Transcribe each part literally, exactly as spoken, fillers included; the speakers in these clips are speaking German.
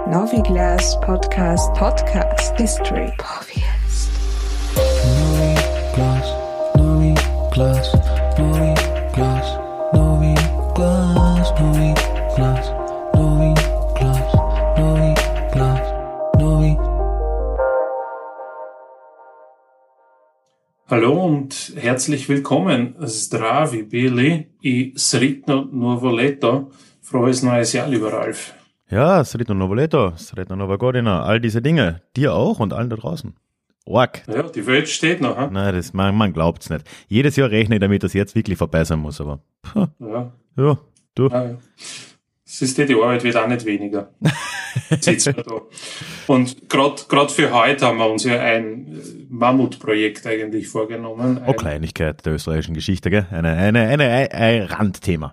Noviglas Podcast Podcast History Podcast. Noviglas, Noviglas, Noviglas, Noviglas, Noviglas, Noviglas, Noviglas, Noviglas. Hallo und herzlich willkommen. Zdravi bili i sritno novo leto. Frohes neues Jahr, lieber Ralf. Ja, sretno novo leto, sretno nova godina, all diese Dinge. Dir auch und allen da draußen. Org. Ja, die Welt steht noch. Hm? Nein, das, man, man glaubt's nicht. Jedes Jahr rechne ich damit, dass jetzt wirklich vorbei sein muss, aber puh, Ja. ja, du. Ja, ja. Siehst du, die Arbeit wird auch nicht weniger. Sitzen wir da. Und gerade für heute haben wir uns ja ein Mammutprojekt eigentlich vorgenommen. Oh, Ein, Kleinigkeit der österreichischen Geschichte, gell? Eine, eine, eine, ein, ein Randthema.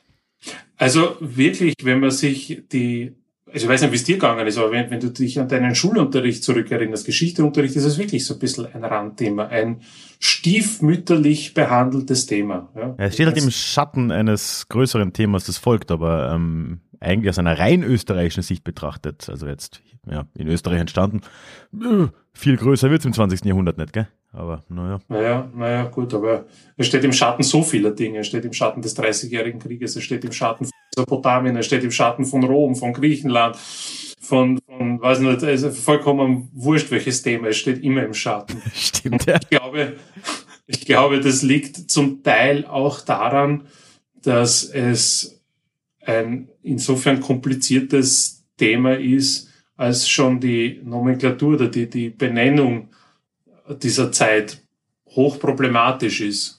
Also wirklich, wenn man sich die, also ich weiß nicht, wie es dir gegangen ist, aber wenn, wenn du dich an deinen Schulunterricht zurückerinnerst, Geschichteunterricht, ist es wirklich so ein bisschen ein Randthema, ein stiefmütterlich behandeltes Thema. Ja. Ja, es steht halt im Schatten eines größeren Themas, das folgt, aber ähm, eigentlich aus einer rein österreichischen Sicht betrachtet, also jetzt ja in Österreich entstanden, äh, viel größer wird's im zwanzigsten Jahrhundert nicht, gell? Aber naja. Naja, naja, gut, aber es steht im Schatten so vieler Dinge. Es steht im Schatten des Dreißigjährigen Krieges, es steht im Schatten von Mesopotamien, es steht im Schatten von Rom, von Griechenland, von, von weiß nicht, es ist vollkommen wurscht, welches Thema, es steht immer im Schatten. Stimmt, ja. Ich glaube, ich glaube, das liegt zum Teil auch daran, dass es ein insofern kompliziertes Thema ist, als schon die Nomenklatur oder die, die Benennung dieser Zeit hochproblematisch ist.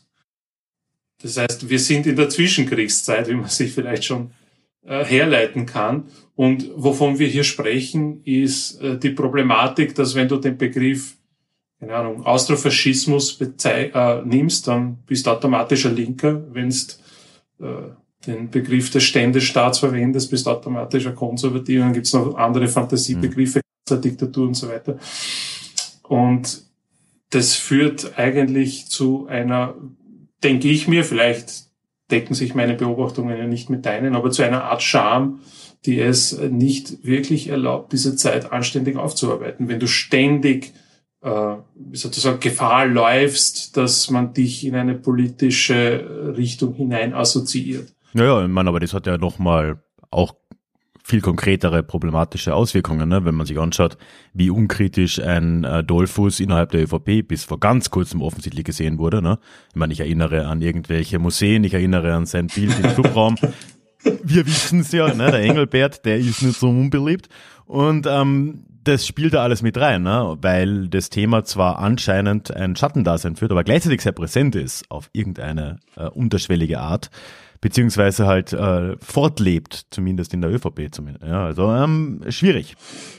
Das heißt, wir sind in der Zwischenkriegszeit, wie man sich vielleicht schon äh, herleiten kann. Und wovon wir hier sprechen, ist äh, die Problematik, dass wenn du den Begriff, keine Ahnung, Austrofaschismus bezei- äh, nimmst, dann bist du automatisch ein Linker. Wenn du äh, den Begriff des Ständestaats verwendest, bist du automatisch ein Konservativer. Dann gibt es noch andere Fantasiebegriffe, mhm. Diktatur und so weiter. Und das führt eigentlich zu einer, denke ich mir, vielleicht decken sich meine Beobachtungen ja nicht mit deinen, aber zu einer Art Scham, die es nicht wirklich erlaubt, diese Zeit anständig aufzuarbeiten. Wenn du ständig äh, sozusagen Gefahr läufst, dass man dich in eine politische Richtung hinein assoziiert. Naja, ich meine, aber das hat ja nochmal auch viel konkretere problematische Auswirkungen, ne? Wenn man sich anschaut, wie unkritisch ein äh, Dollfuß innerhalb der ÖVP bis vor ganz kurzem offensichtlich gesehen wurde. Ne? Ich meine, ich erinnere an irgendwelche Museen, ich erinnere an sein Bild im Clubraum. Wir wissen es ja, ne? Der Engelbert, der ist nicht so unbeliebt. Und ähm, das spielt da alles mit rein, ne? Weil das Thema zwar anscheinend ein Schattendasein führt, aber gleichzeitig sehr präsent ist auf irgendeine äh, unterschwellige Art. Beziehungsweise halt äh, fortlebt, zumindest in der ÖVP. Zumindest. Ja, also ähm, schwierig.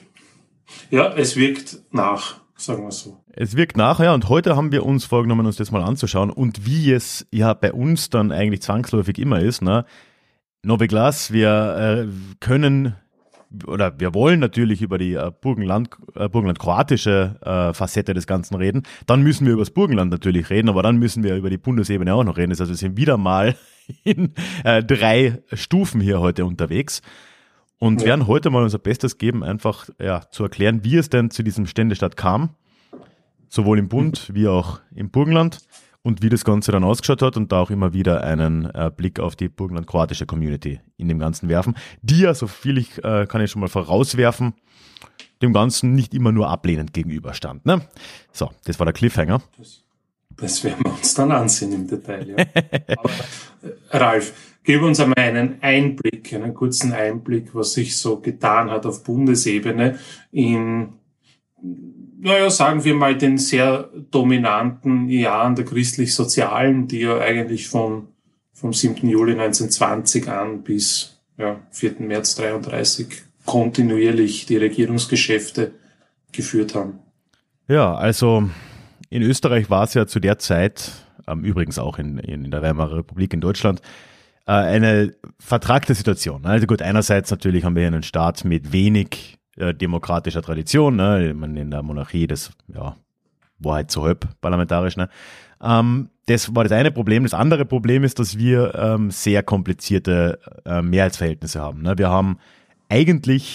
Ja, es wirkt nach, sagen wir so. Es wirkt nach, ja, und heute haben wir uns vorgenommen, uns das mal anzuschauen und wie es ja bei uns dann eigentlich zwangsläufig immer ist. Ne? Noviglas, wir äh, können oder wir wollen natürlich über die äh, Burgenland, äh, Burgenland-kroatische äh, Facette des Ganzen reden. Dann müssen wir über das Burgenland natürlich reden, aber dann müssen wir über die Bundesebene auch noch reden. Das heißt, wir sind wieder mal in äh, drei Stufen hier heute unterwegs und ja. werden heute mal unser Bestes geben, einfach ja zu erklären, wie es denn zu diesem Ständestaat kam, sowohl im Bund wie auch im Burgenland und wie das Ganze dann ausgeschaut hat und da auch immer wieder einen äh, Blick auf die Burgenland-kroatische Community in dem Ganzen werfen, die ja, so viel ich äh, kann ich schon mal vorauswerfen, dem Ganzen nicht immer nur ablehnend gegenüberstand. Ne? So, das war der Cliffhanger. Das, das werden wir uns dann ansehen im Detail. Ja. Aber, äh, Ralf, gib uns einmal einen Einblick, einen kurzen Einblick, was sich so getan hat auf Bundesebene in, naja, sagen wir mal, den sehr dominanten Jahren der christlich-sozialen, die ja eigentlich von, vom siebten Juli neunzehnhundertzwanzig an bis, ja, vierten März dreiunddreißig kontinuierlich die Regierungsgeschäfte geführt haben. Ja, also in Österreich war es ja zu der Zeit, ähm, übrigens auch in, in der Weimarer Republik in Deutschland, äh, eine vertragte Situation. Also gut, einerseits natürlich haben wir hier einen Staat mit wenig demokratischer Tradition, ne? Ich meine, in der Monarchie, das ja, war halt so halb parlamentarisch. Ne? Ähm, das war das eine Problem. Das andere Problem ist, dass wir ähm, sehr komplizierte äh, Mehrheitsverhältnisse haben. Ne? Wir haben eigentlich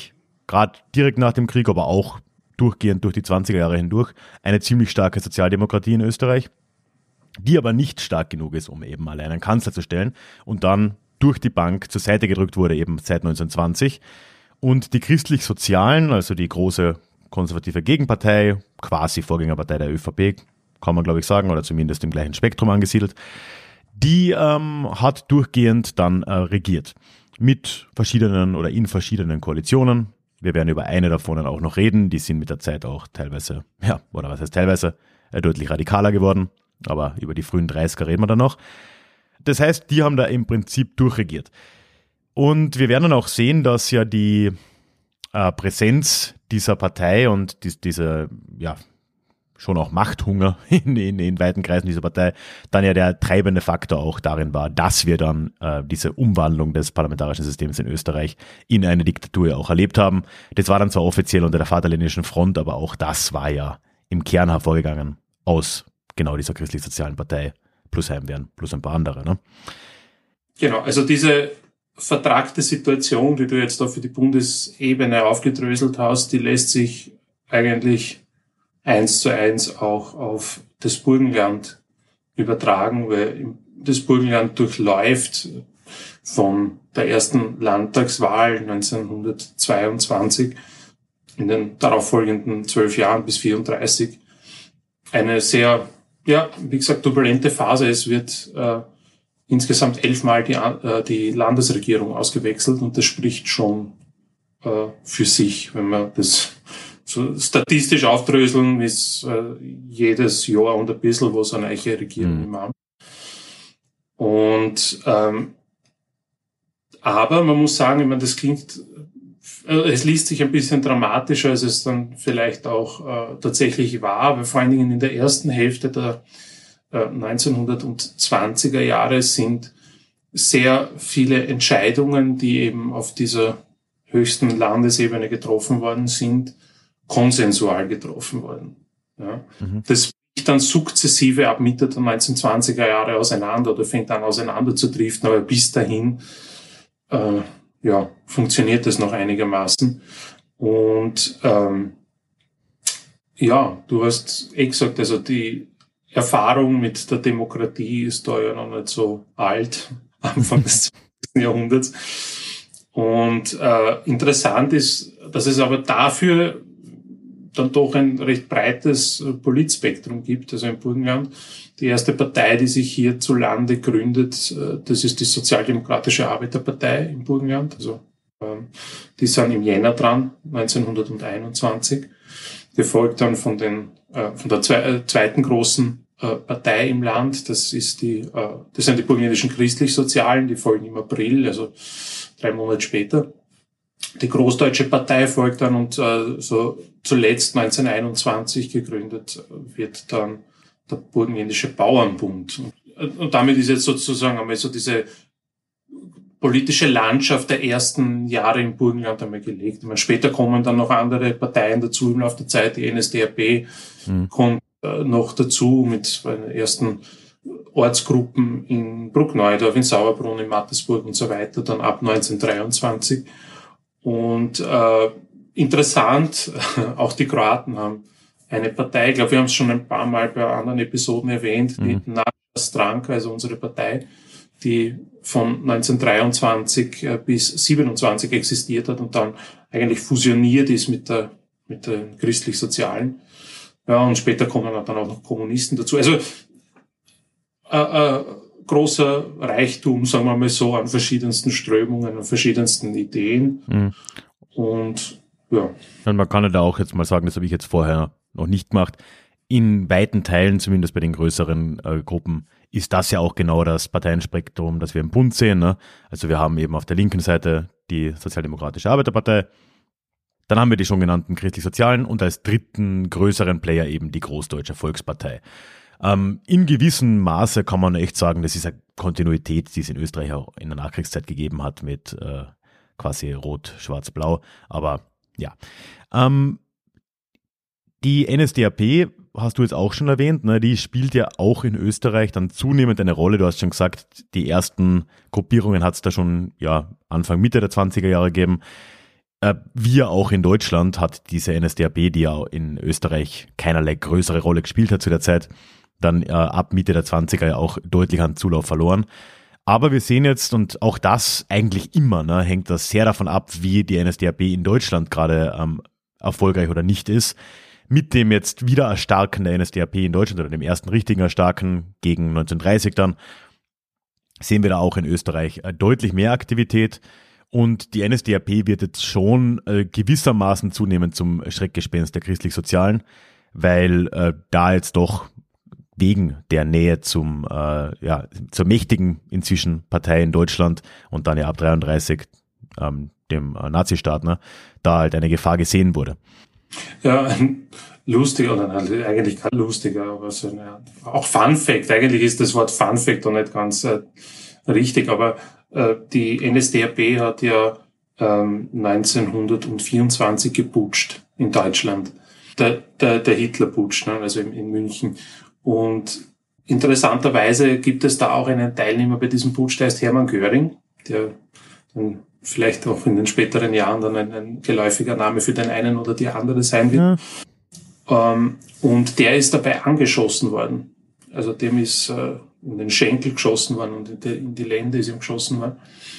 gerade direkt nach dem Krieg, aber auch durchgehend durch die zwanziger Jahre hindurch, eine ziemlich starke Sozialdemokratie in Österreich, die aber nicht stark genug ist, um eben allein einen Kanzler zu stellen und dann durch die Bank zur Seite gedrückt wurde, eben seit neunzehnhundertzwanzig. Und die Christlich-Sozialen, also die große konservative Gegenpartei, quasi Vorgängerpartei der ÖVP, kann man glaube ich sagen, oder zumindest im gleichen Spektrum angesiedelt, die ähm, hat durchgehend dann äh, regiert. Mit verschiedenen oder in verschiedenen Koalitionen. Wir werden über eine davon auch noch reden. Die sind mit der Zeit auch teilweise, ja, oder was heißt teilweise, äh, deutlich radikaler geworden. Aber über die frühen dreißiger reden wir dann noch. Das heißt, die haben da im Prinzip durchregiert. Und wir werden dann auch sehen, dass ja die äh, Präsenz dieser Partei und die, diese, ja, schon auch Machthunger in, in, in weiten Kreisen dieser Partei dann ja der treibende Faktor auch darin war, dass wir dann äh, diese Umwandlung des parlamentarischen Systems in Österreich in eine Diktatur ja auch erlebt haben. Das war dann zwar offiziell unter der Vaterländischen Front, aber auch das war ja im Kern hervorgegangen aus genau dieser christlich-sozialen Partei plus Heimwehren plus ein paar andere. Ne? Genau, also diese vertragte Situation, die du jetzt da für die Bundesebene aufgedröselt hast, die lässt sich eigentlich eins zu eins auch auf das Burgenland übertragen, weil das Burgenland durchläuft von der ersten Landtagswahl neunzehnhundertzweiundzwanzig in den darauffolgenden zwölf Jahren bis vierunddreißig eine sehr, ja, wie gesagt, turbulente Phase. Es wird äh, insgesamt elfmal die, äh, die Landesregierung ausgewechselt und das spricht schon äh, für sich, wenn man das so statistisch aufdröseln, ist äh, jedes Jahr und ein bisschen, wo so eine neue Regierung Mhm. im Amt. Und ähm, aber man muss sagen, ich meine, das klingt, äh, es liest sich ein bisschen dramatischer, als es dann vielleicht auch äh, tatsächlich war, aber vor allen Dingen in der ersten Hälfte der äh, neunzehnhundertzwanziger Jahre sind sehr viele Entscheidungen, die eben auf dieser höchsten Landesebene getroffen worden sind, konsensual getroffen worden. Ja. Mhm. Das bricht dann sukzessive ab Mitte der neunzehnhundertzwanziger Jahre auseinander oder fängt an auseinander zu driften, aber bis dahin äh, ja, funktioniert das noch einigermaßen. Und ähm, ja, du hast eh gesagt, also die Erfahrung mit der Demokratie ist da ja noch nicht so alt, Anfang des zwanzigsten Jahrhunderts. Und äh, interessant ist, dass es aber dafür dann doch ein recht breites äh, Politspektrum gibt, also im Burgenland. Die erste Partei, die sich hierzulande gründet, äh, das ist die Sozialdemokratische Arbeiterpartei im Burgenland. Also ähm, die sind im Jänner dran, neunzehnhunderteinundzwanzig. Gefolgt dann von den äh, von der zwe- äh, zweiten großen äh, Partei im Land. Das ist die, äh, das sind die burgenländischen Christlich-Sozialen. Die folgen im April, also drei Monate später. Die Großdeutsche Partei folgt dann und äh, so zuletzt neunzehnhunderteinundzwanzig gegründet wird dann der Burgenländische Bauernbund. Und, und damit ist jetzt sozusagen einmal so diese politische Landschaft der ersten Jahre im Burgenland einmal gelegt. Ich meine, später kommen dann noch andere Parteien dazu im Laufe der Zeit. Die N S D A P mhm. kommt äh, noch dazu mit den ersten Ortsgruppen in Bruckneudorf, in Sauerbrunn, in Mattersburg und so weiter, dann ab neunzehnhundertdreiundzwanzig. Und äh, interessant, auch die Kroaten haben eine Partei, ich glaube, wir haben es schon ein paar Mal bei anderen Episoden erwähnt, mhm. die Naša Stranka, also unsere Partei, die von neunzehnhundertdreiundzwanzig bis siebenundzwanzig existiert hat und dann eigentlich fusioniert ist mit der mit den Christlich-Sozialen. Ja, und später kommen dann auch noch Kommunisten dazu. Also äh, äh, großer Reichtum, sagen wir mal so, an verschiedensten Strömungen, an verschiedensten Ideen. Mhm. Und ja. Und man kann ja da auch jetzt mal sagen, das habe ich jetzt vorher noch nicht gemacht, in weiten Teilen, zumindest bei den größeren äh, Gruppen, ist das ja auch genau das Parteienspektrum, das wir im Bund sehen. Ne? Also wir haben eben auf der linken Seite die Sozialdemokratische Arbeiterpartei, dann haben wir die schon genannten Christlich-Sozialen und als dritten größeren Player eben die Großdeutsche Volkspartei. Ähm, in gewissem Maße kann man echt sagen, das ist eine Kontinuität, die es in Österreich auch in der Nachkriegszeit gegeben hat mit äh, quasi Rot, Schwarz, Blau. Aber ja. Ähm, die N S D A P hast du jetzt auch schon erwähnt, ne? Die spielt ja auch in Österreich dann zunehmend eine Rolle. Du hast schon gesagt, die ersten Gruppierungen hat es da schon ja Anfang, Mitte der zwanziger Jahre gegeben. äh, wie auch in Deutschland hat diese N S D A P, die ja in Österreich keinerlei größere Rolle gespielt hat zu der Zeit, dann äh, ab Mitte der zwanziger ja auch deutlich an Zulauf verloren. Aber wir sehen jetzt, und auch das eigentlich immer, ne, hängt das sehr davon ab, wie die N S D A P in Deutschland gerade ähm, erfolgreich oder nicht ist. Mit dem jetzt wieder Erstarken der N S D A P in Deutschland oder dem ersten richtigen Erstarken gegen neunzehnhundertdreißig dann, sehen wir da auch in Österreich äh, deutlich mehr Aktivität. Und die N S D A P wird jetzt schon äh, gewissermaßen zunehmend zum Schreckgespenst der Christlich-Sozialen, weil äh, da jetzt doch wegen der Nähe zum äh, ja zur mächtigen inzwischen Partei in Deutschland und dann ja ab dreiunddreißig ähm, dem äh, Nazistaat, ne, da halt eine Gefahr gesehen wurde. Ja, lustig, oder eigentlich kein lustiger, aber so eine, auch Fun Fact, eigentlich ist das Wort Fun Fact noch nicht ganz äh, richtig, aber äh, die N S D A P hat ja ähm, neunzehnhundertvierundzwanzig geputscht in Deutschland. Der, der, der Hitlerputsch, ne, also in, in München. Und interessanterweise gibt es da auch einen Teilnehmer bei diesem Putsch, der heißt Hermann Göring, der dann vielleicht auch in den späteren Jahren dann ein, ein geläufiger Name für den einen oder die andere sein wird. Ja. Ähm, und der ist dabei angeschossen worden. Also dem ist äh, in den Schenkel geschossen worden und in die, in die Lende ist ihm geschossen worden.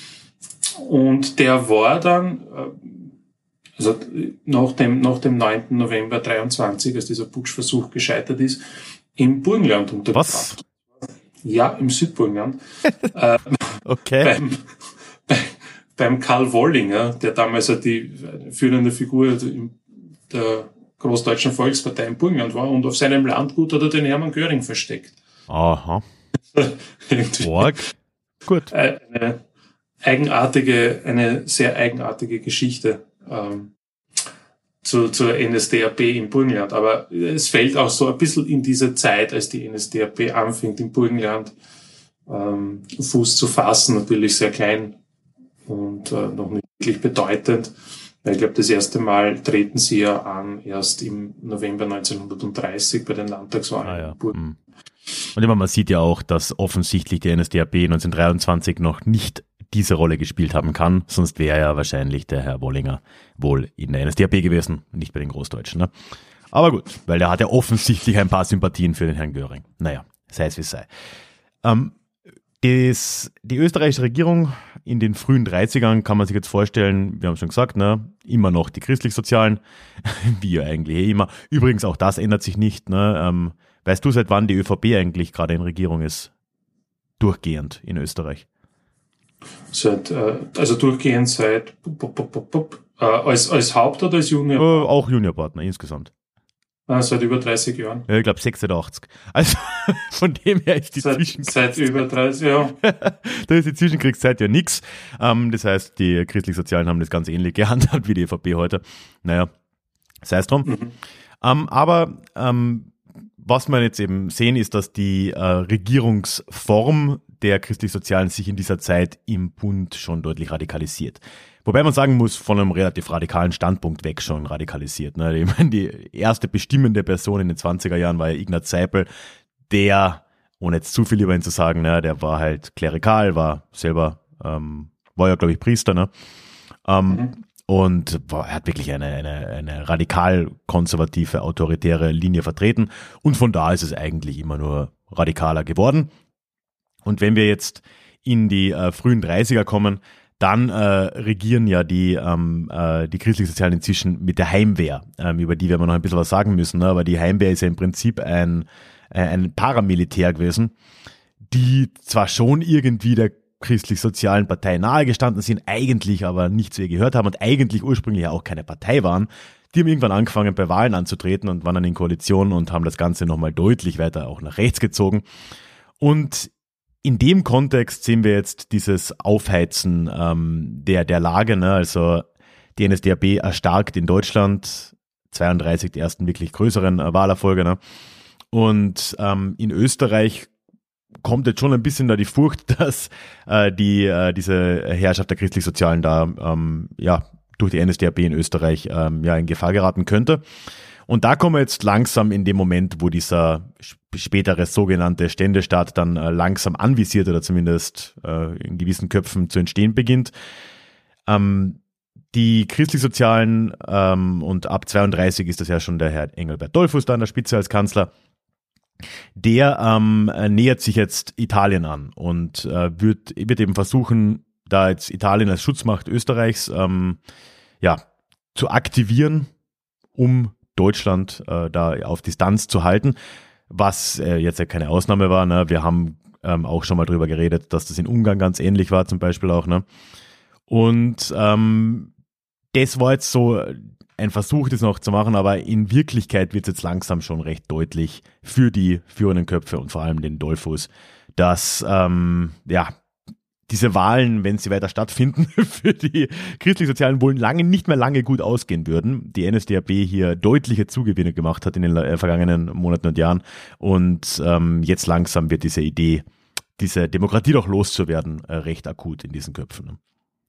Und der war dann, äh, also nach dem, nach dem neunten November dreiundzwanzig, als dieser Putschversuch gescheitert ist, im Burgenland untergebracht. Was? Ja, im Südburgenland. äh, okay. Beim, bei, beim Karl Wollinger, der damals ja die führende Figur der Großdeutschen Volkspartei im Burgenland war, und auf seinem Landgut hat er den Hermann Göring versteckt. Aha. Org. Gut. Eine eigenartige, eine sehr eigenartige Geschichte. Ähm, Zu, zur N S D A P im Burgenland. Aber es fällt auch so ein bisschen in diese Zeit, als die N S D A P anfängt, im Burgenland ähm, Fuß zu fassen, natürlich sehr klein und äh, noch nicht wirklich bedeutend. Ich glaube, das erste Mal treten sie ja an, erst im November neunzehnhundertdreißig bei den Landtagswahlen. Ah, ja. Und immer, man sieht ja auch, dass offensichtlich die N S D A P neunzehnhundertdreiundzwanzig noch nicht diese Rolle gespielt haben kann, sonst wäre ja wahrscheinlich der Herr Wollinger wohl in der N S D A P gewesen, nicht bei den Großdeutschen. Ne? Aber gut, weil der hat ja offensichtlich ein paar Sympathien für den Herrn Göring. Naja, sei es wie es sei. Ähm, das, die österreichische Regierung in den frühen dreißigern kann man sich jetzt vorstellen, wir haben schon gesagt, ne, immer noch die Christlich-Sozialen, wie ja eigentlich eh immer. Übrigens, auch das ändert sich nicht. Ne? Ähm, weißt du, seit wann die ÖVP eigentlich gerade in Regierung ist? Durchgehend in Österreich. Seit, äh, also durchgehend seit, bup, bup, bup, bup, äh, als, als Haupt- oder als Junior? Äh, auch Juniorpartner insgesamt. Ah, seit über dreißig Jahren. Ja, ich glaube sechsundachtzig. Also von dem her ist die seit, Zwischenkriegszeit. Seit über dreißig Jahren. Da ist die Zwischenkriegszeit ja nix. Ähm, das heißt, die Christlich-Sozialen haben das ganz ähnlich gehandhabt wie die ÖVP heute. Naja, sei es drum. Mhm. Ähm, aber ähm, was wir jetzt eben sehen, ist, dass die äh, Regierungsform der Christlich-Sozialen sich in dieser Zeit im Bund schon deutlich radikalisiert. Wobei man sagen muss, von einem relativ radikalen Standpunkt weg schon radikalisiert. Ne? Ich meine, die erste bestimmende Person in den zwanziger Jahren war ja Ignaz Seipel, der, ohne jetzt zu viel über ihn zu sagen, ne, der war halt klerikal, war selber, ähm, war ja glaube ich Priester, ne? Ähm, mhm. Und boah, er hat wirklich eine, eine, eine radikal konservative, autoritäre Linie vertreten. Und von da ist es eigentlich immer nur radikaler geworden. Und wenn wir jetzt in die äh, frühen dreißiger kommen, dann äh, regieren ja die, ähm, äh, die Christlich-Sozialen inzwischen mit der Heimwehr, ähm, über die werden wir noch ein bisschen was sagen müssen. Ne? Aber die Heimwehr ist ja im Prinzip ein, äh, ein Paramilitär gewesen, die zwar schon irgendwie der Christlich-Sozialen Partei nahegestanden sind, eigentlich aber nicht zu ihr gehört haben und eigentlich ursprünglich auch keine Partei waren. Die haben irgendwann angefangen, bei Wahlen anzutreten und waren dann in Koalition und haben das Ganze nochmal deutlich weiter auch nach rechts gezogen. Und in dem Kontext sehen wir jetzt dieses Aufheizen ähm, der, der Lage, ne? Also die N S D A P erstarkt in Deutschland, zweiunddreißig die ersten wirklich größeren äh, Wahlerfolge, ne? Und ähm, in Österreich kommt jetzt schon ein bisschen da die Furcht, dass äh, die äh, diese Herrschaft der Christlich-Sozialen da ähm, ja durch die N S D A P in Österreich ähm, ja in Gefahr geraten könnte. Und da kommen wir jetzt langsam in dem Moment, wo dieser spätere sogenannte Ständestaat dann äh, langsam anvisiert oder zumindest äh, in gewissen Köpfen zu entstehen beginnt. Ähm, Die Christlichsozialen ähm, und ab zweiunddreißig ist das ja schon der Herr Engelbert Dollfuß da an der Spitze als Kanzler. Der ähm, nähert sich jetzt Italien an und äh, wird, wird eben versuchen, da jetzt Italien als Schutzmacht Österreichs ähm, ja, zu aktivieren, um Deutschland äh, da auf Distanz zu halten, was äh, jetzt ja keine Ausnahme war. Ne? Wir haben ähm, auch schon mal drüber geredet, dass das in Ungarn ganz ähnlich war zum Beispiel auch. Ne? Und ähm, das war jetzt so ein Versuch, das noch zu machen, aber in Wirklichkeit wird es jetzt langsam schon recht deutlich für die führenden Köpfe und vor allem den Dollfuß, dass ähm, ja diese Wahlen, wenn sie weiter stattfinden, für die Christlichsozialen wohl lange nicht mehr lange gut ausgehen würden. Die N S D A P hier deutliche Zugewinne gemacht hat in den äh, vergangenen Monaten und Jahren und ähm, jetzt langsam wird diese Idee, diese Demokratie doch loszuwerden, äh, recht akut in diesen Köpfen. Ne?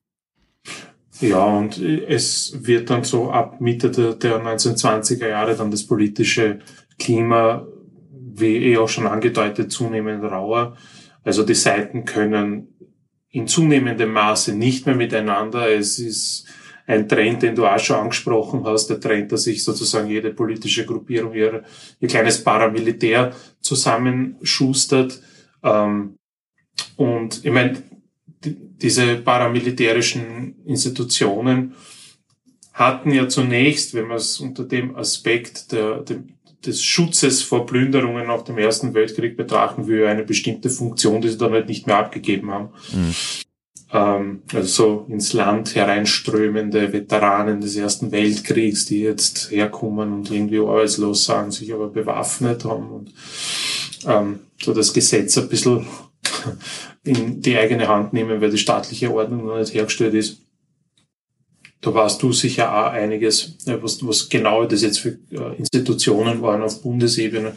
Ja, und es wird dann so ab Mitte der, der neunzehnhundertzwanziger Jahre dann das politische Klima, wie eh auch schon angedeutet, zunehmend rauer. Also die Seiten können in zunehmendem Maße nicht mehr miteinander. Es ist ein Trend, den du auch schon angesprochen hast, der Trend, dass sich sozusagen jede politische Gruppierung ihr, ihr kleines Paramilitär zusammenschustert. Und ich meine, diese paramilitärischen Institutionen hatten ja zunächst, wenn man es unter dem Aspekt der, der, des Schutzes vor Plünderungen nach dem Ersten Weltkrieg betrachten will, eine bestimmte Funktion, die sie dann halt nicht mehr abgegeben haben. Mhm. Ähm, also so ins Land hereinströmende Veteranen des Ersten Weltkriegs, die jetzt herkommen und irgendwie arbeitslos sagen, sich aber bewaffnet haben und ähm, so das Gesetz ein bisschen in die eigene Hand nehmen, weil die staatliche Ordnung noch nicht hergestellt ist. Da warst du sicher auch einiges, was, was genau das jetzt für Institutionen waren auf Bundesebene.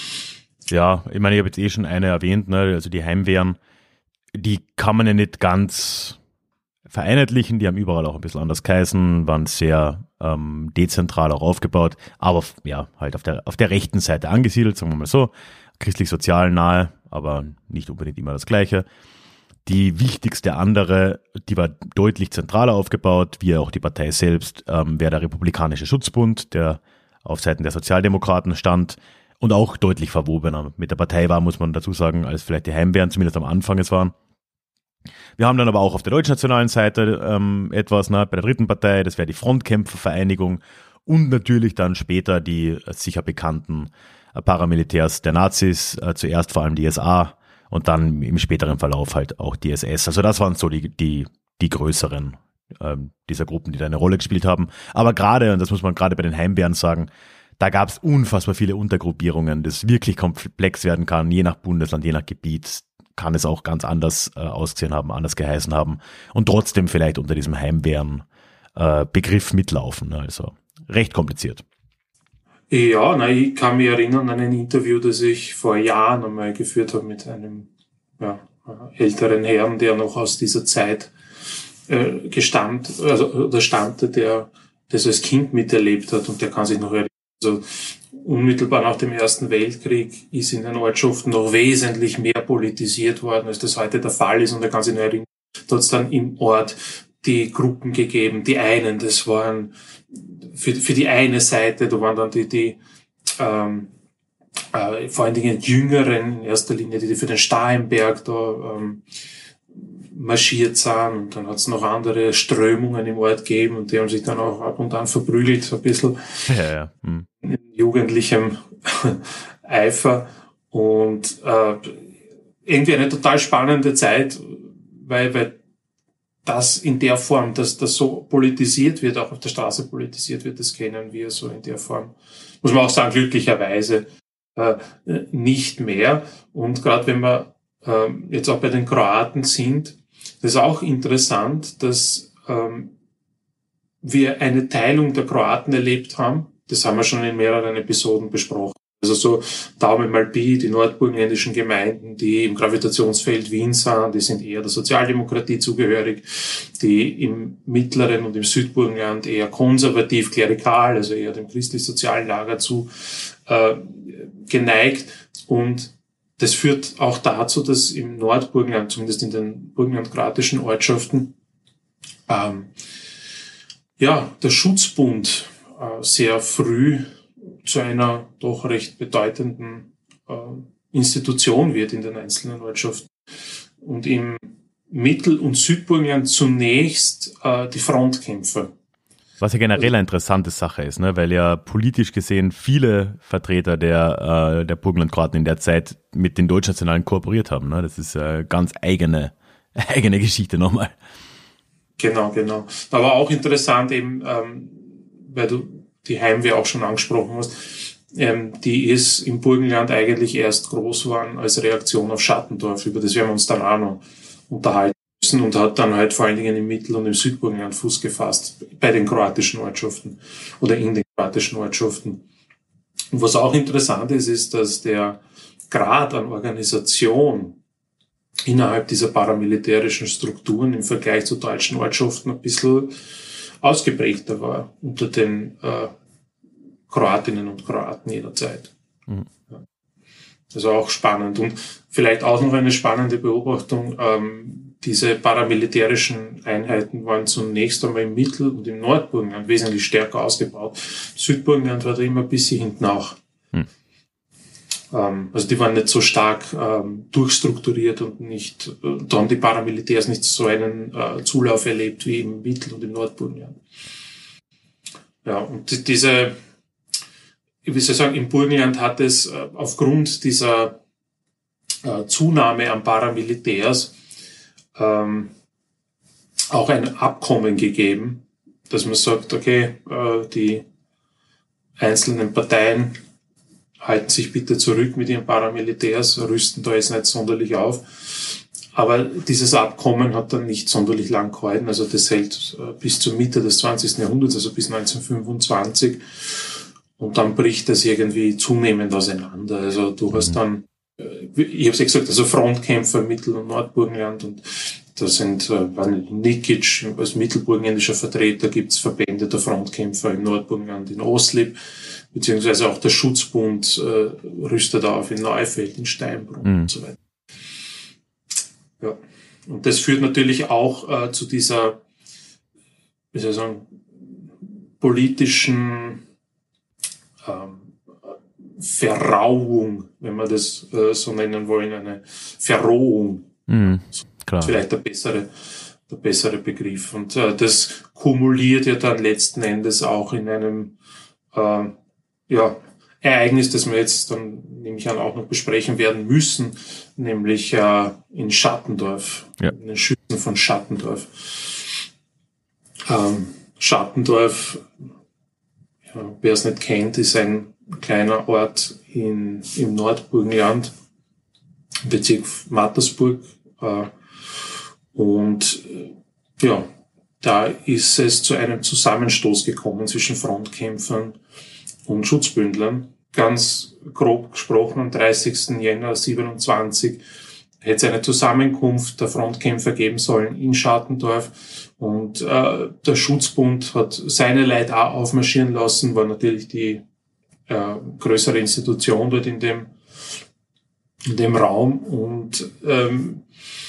Ja, ich meine, ich habe jetzt eh schon eine erwähnt, ne? Also die Heimwehren, die kann man ja nicht ganz vereinheitlichen, die haben überall auch ein bisschen anders geheißen, waren sehr ähm, dezentral auch aufgebaut, aber ja, halt auf der, auf der rechten Seite angesiedelt, sagen wir mal so, christlich-sozial nahe, aber nicht unbedingt immer das Gleiche. Die wichtigste andere, die war deutlich zentraler aufgebaut, wie auch die Partei selbst, ähm, wäre der Republikanische Schutzbund, der auf Seiten der Sozialdemokraten stand und auch deutlich verwobener mit der Partei war, muss man dazu sagen, als vielleicht die Heimwehren zumindest am Anfang es waren. Wir haben dann aber auch auf der deutschnationalen Seite ähm, etwas, ne, bei der dritten Partei, das wäre die Frontkämpfervereinigung und natürlich dann später die äh, sicher bekannten äh, Paramilitärs der Nazis, äh, zuerst vor allem die S A und dann im späteren Verlauf halt auch die S S. Also das waren so die die die größeren ähm, dieser Gruppen, die da eine Rolle gespielt haben. Aber gerade, und das muss man gerade bei den Heimwehren sagen, da gab es unfassbar viele Untergruppierungen, das wirklich komplex werden kann, je nach Bundesland, je nach Gebiet kann es auch ganz anders äh, ausgesehen haben, anders geheißen haben und trotzdem vielleicht unter diesem Heimwehren-Begriff äh, mitlaufen. Also recht kompliziert. Ja, na, ich kann mich erinnern an ein Interview, das ich vor Jahren einmal geführt habe mit einem ja, älteren Herrn, der noch aus dieser Zeit äh, gestammt, also oder stammte, der das als Kind miterlebt hat und der kann sich noch erinnern. Also unmittelbar nach dem Ersten Weltkrieg ist in den Ortschaften noch wesentlich mehr politisiert worden, als das heute der Fall ist. Und er kann sich noch erinnern, da hat es dann im Ort die Gruppen gegeben. Die einen, das waren für, für die eine Seite, da waren dann die, die ähm, äh, vor allen Dingen Jüngeren in erster Linie, die, die für den Starhemberg da ähm, marschiert sind. Und dann hat es noch andere Strömungen im Ort gegeben und die haben sich dann auch ab und an verprügelt, so ein bisschen ja, ja. Hm. in jugendlichem Eifer. Und äh, irgendwie eine total spannende Zeit, weil, weil das in der Form, dass das so politisiert wird, auch auf der Straße politisiert wird, das kennen wir so in der Form. Muss man auch sagen, glücklicherweise äh, nicht mehr. Und gerade wenn wir äh, jetzt auch bei den Kroaten sind, das ist auch interessant, dass ähm, wir eine Teilung der Kroaten erlebt haben. Das haben wir schon in mehreren Episoden besprochen. Also so Daumen mal Pi, die nordburgenländischen Gemeinden, die im Gravitationsfeld Wien sind, die sind eher der Sozialdemokratie zugehörig, die im mittleren und im Südburgenland eher konservativ, klerikal, also eher dem christlich-sozialen Lager zu äh, geneigt. Und das führt auch dazu, dass im Nordburgenland, zumindest in den burgenlandkroatischen Ortschaften, ähm, ja, der Schutzbund äh, sehr früh zu einer doch recht bedeutenden äh, Institution wird in den einzelnen Ortschaften. Und im Mittel- und Südburgenland zunächst äh, die Frontkämpfer. Was ja generell eine interessante Sache ist, ne? Weil ja politisch gesehen viele Vertreter der, äh, der Burgenlandkroaten in der Zeit mit den Deutschnationalen kooperiert haben. Ne? Das ist eine ganz eigene, eigene Geschichte nochmal. Genau, genau. Aber auch interessant eben, ähm, weil du die Heimwehr auch schon angesprochen hast, ähm, die ist im Burgenland eigentlich erst groß geworden als Reaktion auf Schattendorf. Über das werden wir uns dann auch noch unterhalten müssen und hat dann halt vor allen Dingen im Mittel- und im Südburgenland Fuß gefasst, bei den kroatischen Ortschaften oder in den kroatischen Ortschaften. Und was auch interessant ist, ist, dass der Grad an Organisation innerhalb dieser paramilitärischen Strukturen im Vergleich zu deutschen Ortschaften ein bisschen ausgeprägter war unter den äh, Kroatinnen und Kroaten jener Zeit. Mhm. Ja. Also auch spannend. Und vielleicht auch noch eine spannende Beobachtung, ähm, diese paramilitärischen Einheiten waren zunächst einmal im Mittel- und im Nordburgenland wesentlich stärker ausgebaut. Südburgenland war da immer ein bisschen hinten nach. Mhm. Ähm, also die waren nicht so stark ähm, durchstrukturiert und nicht, äh, da haben die Paramilitärs nicht so einen äh, Zulauf erlebt wie im Mittel- und im Nordburgenland. Ja, und die, diese, wie soll ich sagen, im Burgenland hat es äh, aufgrund dieser äh, Zunahme an Paramilitärs ähm, auch ein Abkommen gegeben, dass man sagt, okay, äh, die einzelnen Parteien halten sich bitte zurück mit ihren Paramilitärs, rüsten da jetzt nicht sonderlich auf. Aber dieses Abkommen hat dann nicht sonderlich lang gehalten. Also das hält äh, bis zur Mitte des zwanzigsten Jahrhunderts, also bis neunzehnhundertfünfundzwanzig. Und dann bricht das irgendwie zunehmend auseinander. Also du hast dann, äh, ich habe es ja gesagt, also Frontkämpfer im Mittel- und Nordburgenland. Und da sind äh, Nikic als mittelburgenländischer Vertreter, gibt's Verbände der Frontkämpfer im Nordburgenland in Oslip, beziehungsweise auch der Schutzbund äh, rüstet auf in Neufeld, in Steinbrunn mhm. und so weiter. Ja, und das führt natürlich auch äh, zu dieser, wie soll ich sagen, politischen ähm, Verrauung, wenn wir das äh, so nennen wollen, eine Verrohung. Mhm, klar. Vielleicht der bessere, der bessere Begriff. Und äh, das kumuliert ja dann letzten Endes auch in einem äh, ja, Ereignis, das wir jetzt dann, nehme ich an, auch noch besprechen werden müssen, nämlich äh, in Schattendorf, ja. in den Schützen von Schattendorf. Ähm, Schattendorf, ja, wer es nicht kennt, ist ein kleiner Ort in, im Nordburgenland, im Bezirk Mattersburg. Äh, und äh, ja, da ist es zu einem Zusammenstoß gekommen zwischen Frontkämpfern und Schutzbündlern. Ganz grob gesprochen, am dreißigsten Jänner siebenundzwanzig hätte es eine Zusammenkunft der Frontkämpfer geben sollen in Schattendorf. Und äh, der Schutzbund hat seine Leute auch aufmarschieren lassen, war natürlich die äh, größere Institution dort in dem, in dem Raum. Und ähm,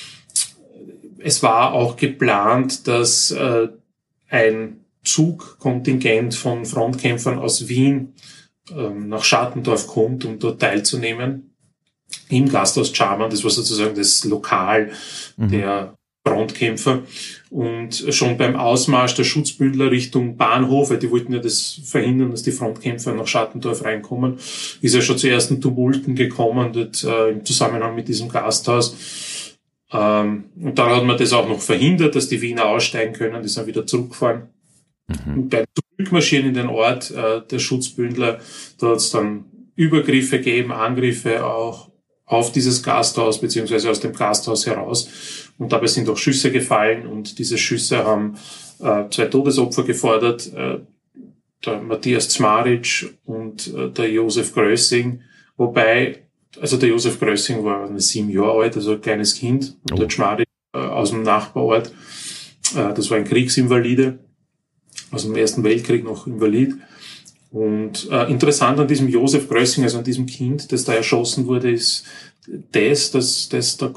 es war auch geplant, dass äh, ein Zugkontingent von Frontkämpfern aus Wien ähm, nach Schattendorf kommt, um dort teilzunehmen. Im Gasthaus Charman, das war sozusagen das Lokal mhm. der Frontkämpfer. Und schon beim Ausmarsch der Schutzbündler Richtung Bahnhof, weil die wollten ja das verhindern, dass die Frontkämpfer nach Schattendorf reinkommen, ist ja schon zu ersten Tumulten gekommen, dort, äh, im Zusammenhang mit diesem Gasthaus. Ähm, und dann hat man das auch noch verhindert, dass die Wiener aussteigen können, die sind wieder zurückgefahren. Mhm. Und beim Zurückmarschieren in den Ort äh, der Schutzbündler, da hat es dann Übergriffe gegeben, Angriffe auch auf dieses Gasthaus, beziehungsweise aus dem Gasthaus heraus. Und dabei sind auch Schüsse gefallen und diese Schüsse haben äh, zwei Todesopfer gefordert, äh, der Matthias Zmaric und äh, der Josef Grössing. Wobei, also der Josef Grössing war sieben Jahre alt, also ein kleines Kind. Und oh. der Zmaric äh, aus dem Nachbarort, äh, das war ein Kriegsinvalide, aus dem Ersten Weltkrieg noch Invalid. Und äh, interessant an diesem Josef Grössing, also an diesem Kind, das da erschossen wurde, ist das, dass das der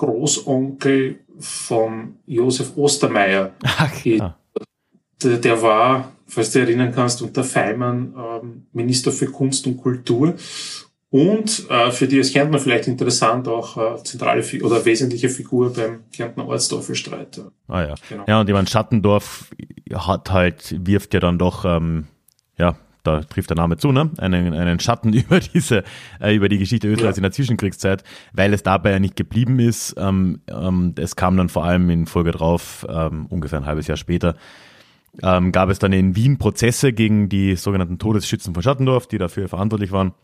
Großonkel vom Josef Ostermeier Ach, ist. Der, der war falls du dich erinnern kannst, unter Feimann ähm, Minister für Kunst und Kultur. Und äh, für die als Kärntner vielleicht interessant auch äh, zentrale Fi- oder wesentliche Figur beim Kärntner Ortstaffelstreit. Ah ja. Genau. Ja, und ich meine, Schattendorf hat halt, wirft ja dann doch, ähm, ja, da trifft der Name zu, ne? Einen, einen Schatten über diese, äh, über die Geschichte Österreichs ja. in der Zwischenkriegszeit, weil es dabei ja nicht geblieben ist. Ähm, ähm, es kam dann vor allem in Folge drauf, ähm, ungefähr ein halbes Jahr später, ähm, gab es dann in Wien Prozesse gegen die sogenannten Todesschützen von Schattendorf, die dafür verantwortlich waren.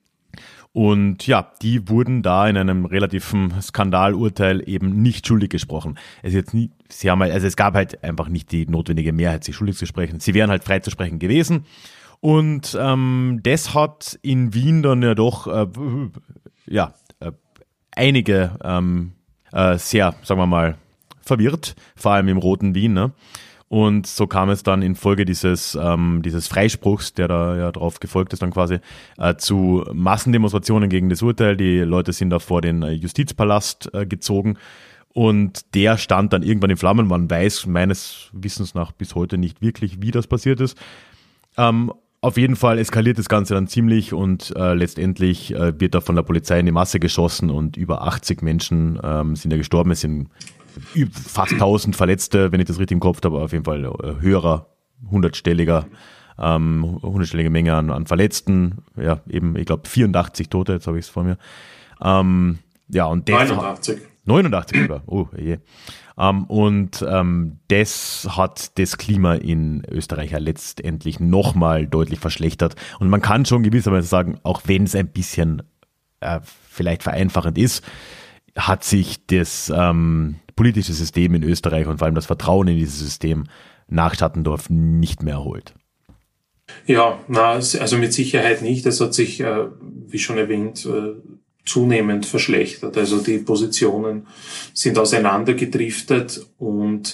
Und ja, die wurden da in einem relativen Skandalurteil eben nicht schuldig gesprochen. Es ist jetzt nie, sie haben halt, also es gab halt einfach nicht die notwendige Mehrheit, sie schuldig zu sprechen. Sie wären halt frei zu sprechen gewesen. Und ähm, das hat in Wien dann ja doch äh, ja äh, einige ähm, äh, sehr, sagen wir mal, verwirrt, vor allem im roten Wien, ne? Und so kam es dann infolge dieses ähm, dieses Freispruchs, der da ja drauf gefolgt ist dann quasi, äh, zu Massendemonstrationen gegen das Urteil. Die Leute sind da vor den Justizpalast äh, gezogen und der stand dann irgendwann in Flammen. Man weiß meines Wissens nach bis heute nicht wirklich, wie das passiert ist. Ähm, auf jeden Fall eskaliert das Ganze dann ziemlich und äh, letztendlich äh, wird da von der Polizei in die Masse geschossen und über achtzig Menschen ähm, sind ja gestorben. Es sind fast tausend Verletzte, wenn ich das richtig im Kopf habe, aber auf jeden Fall äh, höherer, hundertstelliger, ähm, hundertstellige Menge an, an Verletzten. Ja, eben, ich glaube vierundachtzig Tote, jetzt habe ich es vor mir. Ähm, ja, und das neunundachtzig. neunundachtzig sogar, oh je. Ähm, und ähm, das hat das Klima in Österreich ja letztendlich nochmal deutlich verschlechtert. Und man kann schon gewisserweise sagen, auch wenn es ein bisschen äh, vielleicht vereinfachend ist, hat sich das ähm, politische System in Österreich und vor allem das Vertrauen in dieses System nach Schattendorf nicht mehr erholt. Ja, na, also mit Sicherheit nicht. Es hat sich, äh, wie schon erwähnt, äh, zunehmend verschlechtert. Also die Positionen sind auseinandergedriftet und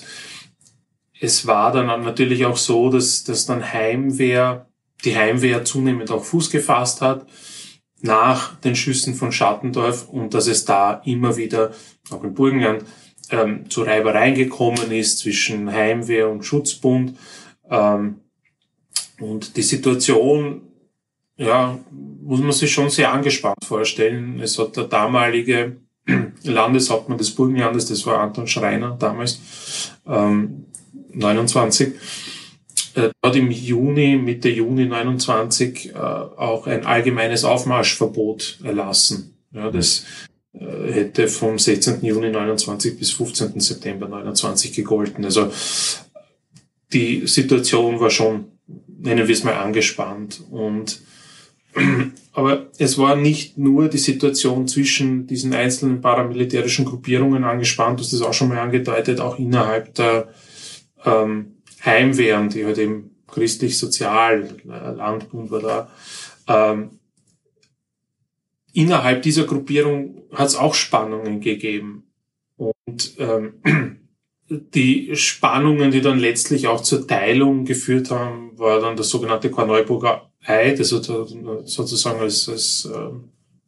es war dann natürlich auch so, dass, dass dann Heimwehr, die Heimwehr zunehmend auch Fuß gefasst hat nach den Schüssen von Schattendorf und dass es da immer wieder, auch im Burgenland, ähm, zu Reibereien gekommen ist zwischen Heimwehr und Schutzbund. Ähm, und die Situation, ja, muss man sich schon sehr angespannt vorstellen. Es hat der damalige Landeshauptmann des Burgenlandes, das war Anton Schreiner damals, ähm, neunundzwanzig, äh, hat im Juni, Mitte Juni neunundzwanzig äh, auch ein allgemeines Aufmarschverbot erlassen. Ja, das äh, hätte vom sechzehnten Juni neunundzwanzig bis fünfzehnten September neunundzwanzig gegolten. Also die Situation war schon, nennen wir es mal, angespannt. Und aber es war nicht nur die Situation zwischen diesen einzelnen paramilitärischen Gruppierungen angespannt, du hast das auch schon mal angedeutet, auch innerhalb der ähm, Heimwehren, die halt eben christlich-sozial, Landbund war da. Ähm, innerhalb dieser Gruppierung hat es auch Spannungen gegeben. Und ähm, die Spannungen, die dann letztlich auch zur Teilung geführt haben, war dann das sogenannte Korneuburger Eid, also sozusagen als, als ähm,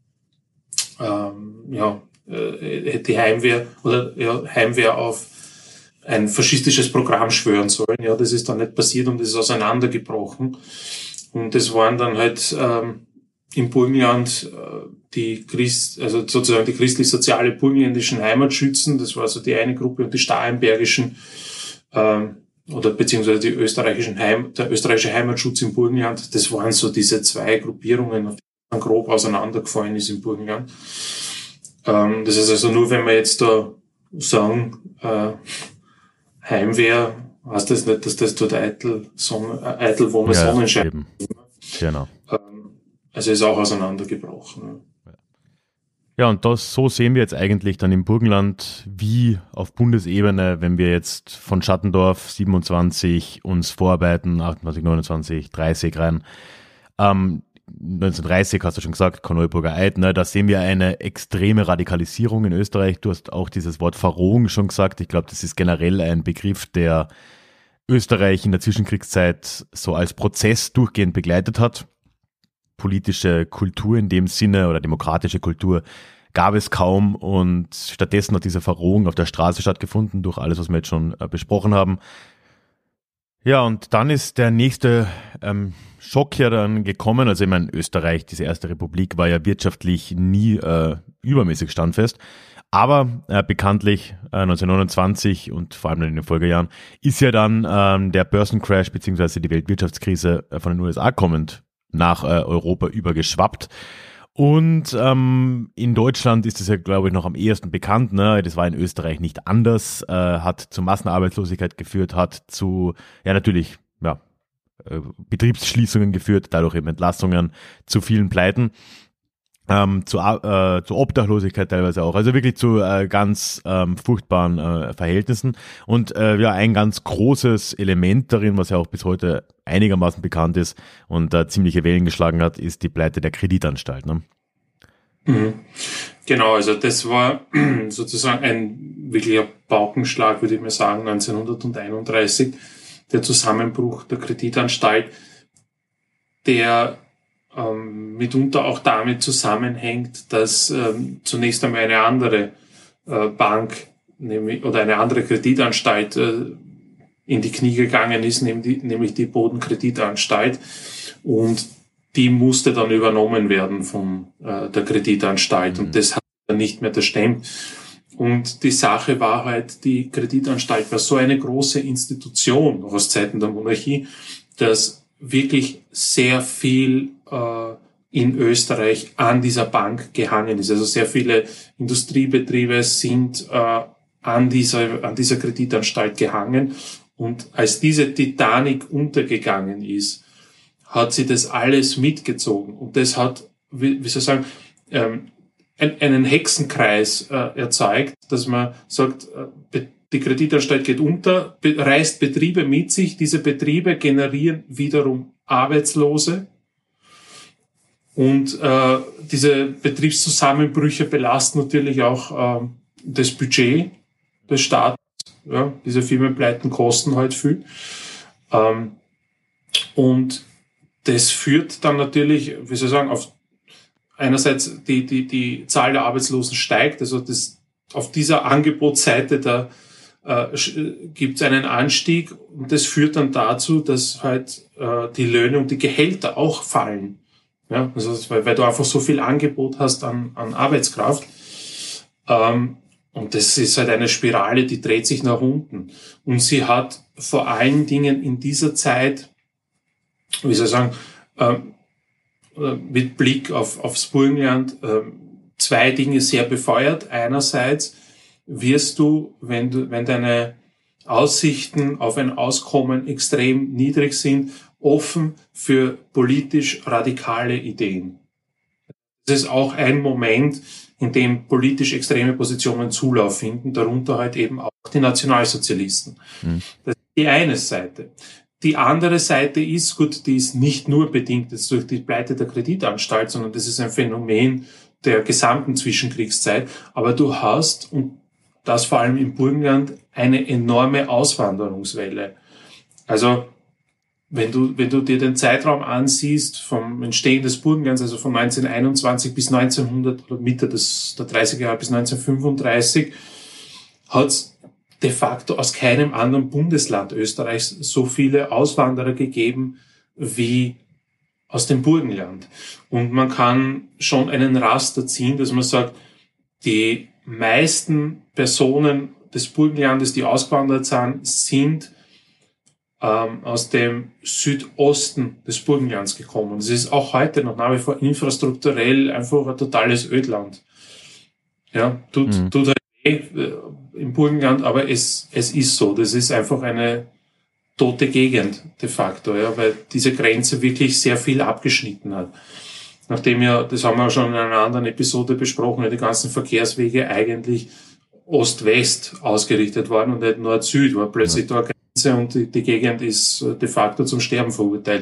ähm, ja, äh, die Heimwehr oder ja, Heimwehr auf ein faschistisches Programm schwören sollen. Ja, das ist dann nicht passiert und das ist auseinandergebrochen. Und das waren dann halt ähm, im Burgenland äh, die Christ, also sozusagen die christlich-soziale burgenländischen Heimatschützen, das war also die eine Gruppe, und die starrenbergischen ähm, oder beziehungsweise die österreichischen Heim, der österreichische Heimatschutz im Burgenland, das waren so diese zwei Gruppierungen, auf die man grob auseinandergefallen ist im Burgenland. Ähm, das ist also nur, wenn wir jetzt da sagen, äh, Heimwehr, heißt das nicht, dass das dort eitel, Sonne, äh, eitel wo man ja, Sonnenschein. Eben. Genau. Ähm, also ist auch auseinandergebrochen. Ja. Ja, und das, so sehen wir jetzt eigentlich dann im Burgenland, wie auf Bundesebene, wenn wir jetzt von Schattendorf siebenundzwanzig uns vorarbeiten, achtundzwanzig, neunundzwanzig, dreißig rein. Ähm, neunzehnhundertdreißig hast du schon gesagt, Korneuburger Eid, ne, da sehen wir eine extreme Radikalisierung in Österreich. Du hast auch dieses Wort Verrohung schon gesagt. Ich glaube, das ist generell ein Begriff, der Österreich in der Zwischenkriegszeit so als Prozess durchgehend begleitet hat. Politische Kultur in dem Sinne oder demokratische Kultur gab es kaum und stattdessen hat diese Verrohung auf der Straße stattgefunden durch alles, was wir jetzt schon äh, besprochen haben. Ja, und dann ist der nächste ähm, Schock ja dann gekommen. Also ich meine, Österreich, diese erste Republik, war ja wirtschaftlich nie äh, übermäßig standfest. Aber äh, bekanntlich äh, neunzehnhundertneunundzwanzig und vor allem in den Folgejahren ist ja dann ähm, der Börsencrash bzw. die Weltwirtschaftskrise äh, von den U S A kommend nach äh, Europa übergeschwappt. Und ähm, in Deutschland ist es ja, glaube ich, noch am ehesten bekannt. Ne? Das war in Österreich nicht anders, äh, hat zu Massenarbeitslosigkeit geführt, hat zu, ja natürlich, ja, äh, Betriebsschließungen geführt, dadurch eben Entlassungen, zu vielen Pleiten. Ähm, zu, äh, zu Obdachlosigkeit teilweise auch, also wirklich zu äh, ganz ähm, furchtbaren äh, Verhältnissen und äh, ja, ein ganz großes Element darin, was ja auch bis heute einigermaßen bekannt ist und äh, ziemliche Wellen geschlagen hat, ist die Pleite der Kreditanstalt. Ne? Mhm. Genau, also das war sozusagen ein wirklicher Paukenschlag, würde ich mal sagen, neunzehnhunderteinunddreißig, der Zusammenbruch der Kreditanstalt, der Ähm, mitunter auch damit zusammenhängt, dass ähm, zunächst einmal eine andere äh, Bank nämlich, oder eine andere Kreditanstalt äh, in die Knie gegangen ist, nämlich die, nämlich die Bodenkreditanstalt, und die musste dann übernommen werden von äh, der Kreditanstalt, mhm. und das hat dann nicht mehr gestemmt. Und die Sache war halt, die Kreditanstalt war so eine große Institution aus Zeiten der Monarchie, dass wirklich sehr viel äh, in Österreich an dieser Bank gehangen ist. Also sehr viele Industriebetriebe sind äh, an dieser an dieser Kreditanstalt gehangen. Und als diese Titanic untergegangen ist, hat sie das alles mitgezogen. Und das hat, wie, wie soll ich sagen, ähm, ein, einen Hexenkreis äh, erzeugt, dass man sagt, äh, die Kreditanstalt geht unter, be- reißt Betriebe mit sich. Diese Betriebe generieren wiederum Arbeitslose. Und äh, diese Betriebszusammenbrüche belasten natürlich auch äh, das Budget des Staates. Ja, diese Firmenpleiten kosten halt viel. Ähm, und das führt dann natürlich, wie soll ich sagen, auf einerseits die, die, die Zahl der Arbeitslosen steigt, also das, auf dieser Angebotsseite da äh, gibt es einen Anstieg, und das führt dann dazu, dass halt äh, die Löhne und die Gehälter auch fallen. Ja, also weil, weil du einfach so viel Angebot hast an, an Arbeitskraft. Ähm, und das ist halt eine Spirale, die dreht sich nach unten. Und sie hat vor allen Dingen in dieser Zeit, wie soll ich sagen, ähm, mit Blick auf, aufs Burgenland, ähm, zwei Dinge sehr befeuert. Einerseits wirst du, wenn du, wenn deine Aussichten auf ein Auskommen extrem niedrig sind, offen für politisch radikale Ideen. Das ist auch ein Moment, in dem politisch extreme Positionen Zulauf finden, darunter halt eben auch die Nationalsozialisten. Mhm. Das ist die eine Seite. Die andere Seite ist, gut, die ist nicht nur bedingt jetzt durch die Pleite der Kreditanstalt, sondern das ist ein Phänomen der gesamten Zwischenkriegszeit. Aber du hast, und das vor allem im Burgenland, eine enorme Auswanderungswelle. Also wenn du, wenn du dir den Zeitraum ansiehst vom Entstehen des Burgenlands, also von neunzehnhunderteinundzwanzig bis neunzehnhundert oder Mitte des, der dreißiger Jahre bis neunzehnhundertfünfunddreißig, hat es de facto aus keinem anderen Bundesland Österreichs so viele Auswanderer gegeben wie aus dem Burgenland. Und man kann schon einen Raster ziehen, dass man sagt, die meisten Personen des Burgenlandes, die ausgewandert sind, sind ähm, aus dem Südosten des Burgenlands gekommen. Und es ist auch heute noch nach wie vor infrastrukturell einfach ein totales Ödland. Ja, tut, mhm. tut halt eh äh, im Burgenland, aber es, es ist so. Das ist einfach eine tote Gegend de facto, ja, weil diese Grenze wirklich sehr viel abgeschnitten hat. Nachdem ja, das haben wir schon in einer anderen Episode besprochen, ja, die ganzen Verkehrswege eigentlich Ost-West ausgerichtet waren und nicht Nord-Süd, war plötzlich ja. da eine Grenze und die, die Gegend ist de facto zum Sterben verurteilt.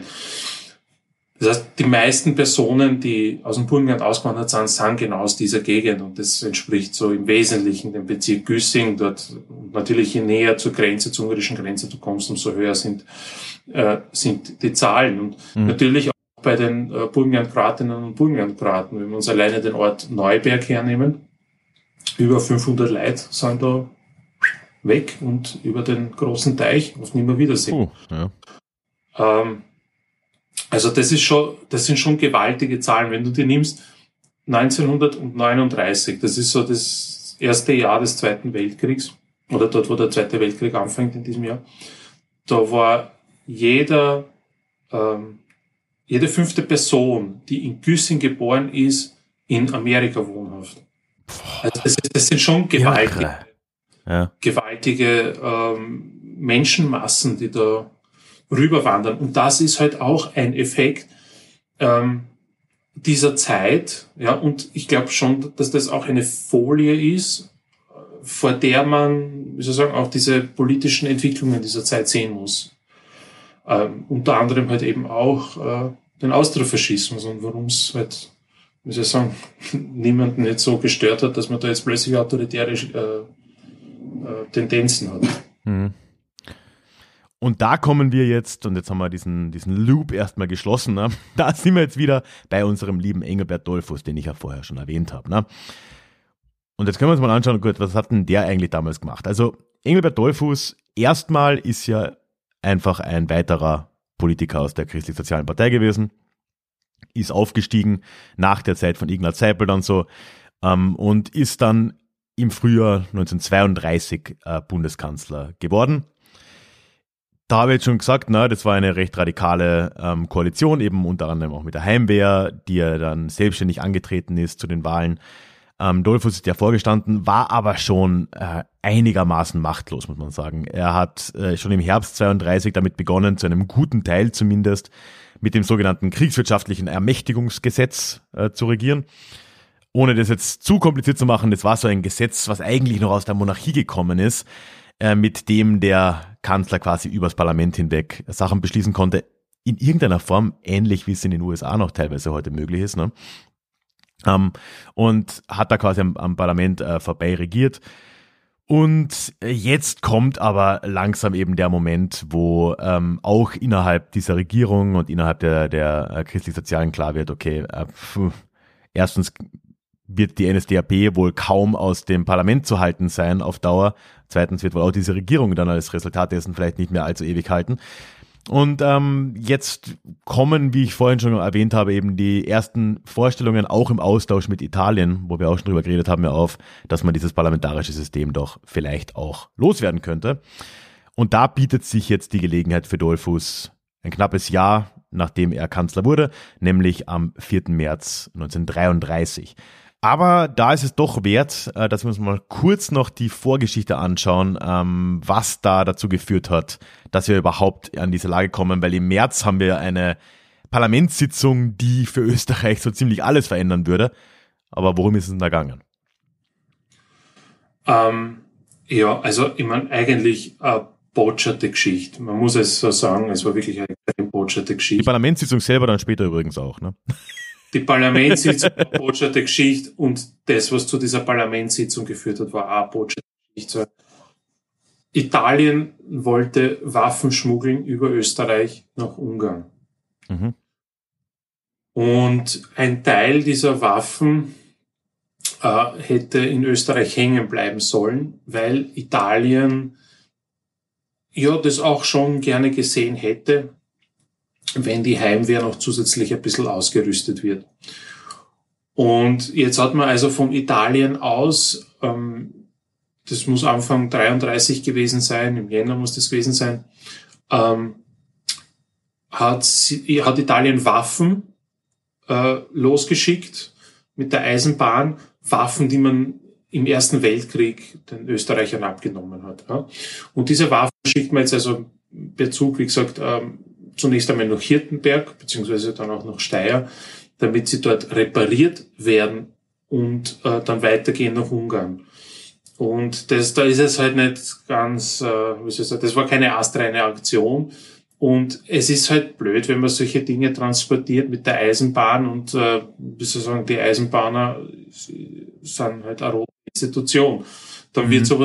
Das heißt, die meisten Personen, die aus dem Burgenland ausgewandert sind, sind genau aus dieser Gegend, und das entspricht so im Wesentlichen dem Bezirk Güssing. Dort natürlich, je näher zur Grenze, zur ungarischen Grenze du kommst, umso höher sind, äh, sind die Zahlen. Und mhm. natürlich auch bei den äh, Burgenlandgratinnen und Burgenlandgraten, wenn wir uns alleine den Ort Neuberg hernehmen, über fünfhundert Leute sind da weg und über den großen Teich auf Nimmerwiedersehen. Oh, ja. Ähm, also das ist schon, das sind schon gewaltige Zahlen. Wenn du dir nimmst, neunzehnhundertneununddreißig, das ist so das erste Jahr des Zweiten Weltkriegs, oder dort, wo der Zweite Weltkrieg anfängt in diesem Jahr, da war jeder, ähm, jede fünfte Person, die in Güssing geboren ist, in Amerika wohnhaft. Also das, das sind schon gewaltige, ja. gewaltige ähm, Menschenmassen, die da rüberwandern. Und das ist halt auch ein Effekt ähm, dieser Zeit. Ja, und ich glaube schon, dass das auch eine Folie ist, vor der man, wie soll ich sagen, auch diese politischen Entwicklungen dieser Zeit sehen muss. Ähm, unter anderem halt eben auch äh, den Austrofaschismus und warum es halt, wie soll ich sagen, niemanden nicht so gestört hat, dass man da jetzt plötzlich autoritäre äh, äh, Tendenzen hat. Mhm. Und da kommen wir jetzt, und jetzt haben wir diesen, diesen Loop erstmal geschlossen, ne? Da sind wir jetzt wieder bei unserem lieben Engelbert Dollfuß, den ich ja vorher schon erwähnt habe. Ne? Und jetzt können wir uns mal anschauen, gut, was hat denn der eigentlich damals gemacht? Also Engelbert Dollfuß, erstmal ist ja einfach ein weiterer Politiker aus der Christlich-Sozialen Partei gewesen, ist aufgestiegen nach der Zeit von Ignaz Seipel dann so ähm, und ist dann im Frühjahr neunzehnhundertzweiunddreißig äh, Bundeskanzler geworden. Da habe ich jetzt schon gesagt, na, das war eine recht radikale ähm, Koalition, eben unter anderem auch mit der Heimwehr, die ja dann selbstständig angetreten ist zu den Wahlen. Ähm, Dollfuß ist ja vorgestanden, war aber schon äh, einigermaßen machtlos, muss man sagen. Er hat äh, schon im Herbst zweiunddreißig damit begonnen, zu einem guten Teil zumindest, mit dem sogenannten kriegswirtschaftlichen Ermächtigungsgesetz äh, zu regieren. Ohne das jetzt zu kompliziert zu machen, das war so ein Gesetz, was eigentlich noch aus der Monarchie gekommen ist, äh, mit dem der Kanzler quasi übers Parlament hinweg Sachen beschließen konnte, in irgendeiner Form, ähnlich wie es in den U S A noch teilweise heute möglich ist, ne? Um, und hat da quasi am, am Parlament äh, vorbei regiert. Und jetzt kommt aber langsam eben der Moment, wo ähm, auch innerhalb dieser Regierung und innerhalb der, der äh, Christlich-Sozialen klar wird, okay, äh, pf, erstens wird die N S D A P wohl kaum aus dem Parlament zu halten sein auf Dauer. Zweitens wird wohl auch diese Regierung dann als Resultat dessen vielleicht nicht mehr allzu ewig halten. Und ähm, jetzt kommen, wie ich vorhin schon erwähnt habe, eben die ersten Vorstellungen auch im Austausch mit Italien, wo wir auch schon drüber geredet haben, ja auf, dass man dieses parlamentarische System doch vielleicht auch loswerden könnte. Und da bietet sich jetzt die Gelegenheit für Dollfuß ein knappes Jahr, nachdem er Kanzler wurde, nämlich am vierten März neunzehnhundertdreiunddreißig. Aber da ist es doch wert, dass wir uns mal kurz noch die Vorgeschichte anschauen, was da dazu geführt hat, dass wir überhaupt an diese Lage kommen, weil im März haben wir eine Parlamentssitzung, die für Österreich so ziemlich alles verändern würde. Aber worum ist es denn da gegangen? Ähm, ja, also ich meine, eigentlich eine botscherte Geschichte. Man muss es so sagen, es war wirklich eine botscherte Geschichte. Die Parlamentssitzung selber dann später übrigens auch, ne? Die Parlamentssitzung war eine botscherte Geschichte und das, was zu dieser Parlamentssitzung geführt hat, war auch eine botscherte Geschichte. Italien wollte Waffen schmuggeln über Österreich nach Ungarn. Mhm. Und ein Teil dieser Waffen äh, hätte in Österreich hängen bleiben sollen, weil Italien ja das auch schon gerne gesehen hätte, wenn die Heimwehr noch zusätzlich ein bisschen ausgerüstet wird. Und jetzt hat man also von Italien aus, ähm, das muss Anfang dreiunddreißig gewesen sein, im Jänner muss das gewesen sein, ähm, hat, hat Italien Waffen äh, losgeschickt mit der Eisenbahn, Waffen, die man im Ersten Weltkrieg den Österreichern abgenommen hat. Ja. Und diese Waffen schickt man jetzt also per Zug, wie gesagt, ähm, zunächst einmal nach Hirtenberg, beziehungsweise dann auch nach Steyr, damit sie dort repariert werden und äh, dann weitergehen nach Ungarn. Und das, da ist es halt nicht ganz, äh, wie soll ich sagen, das war keine astreine Aktion. Und es ist halt blöd, wenn man solche Dinge transportiert mit der Eisenbahn und, äh, wie soll ich sagen, die Eisenbahner sind halt eine rote Institution. Dann mhm. wird sowas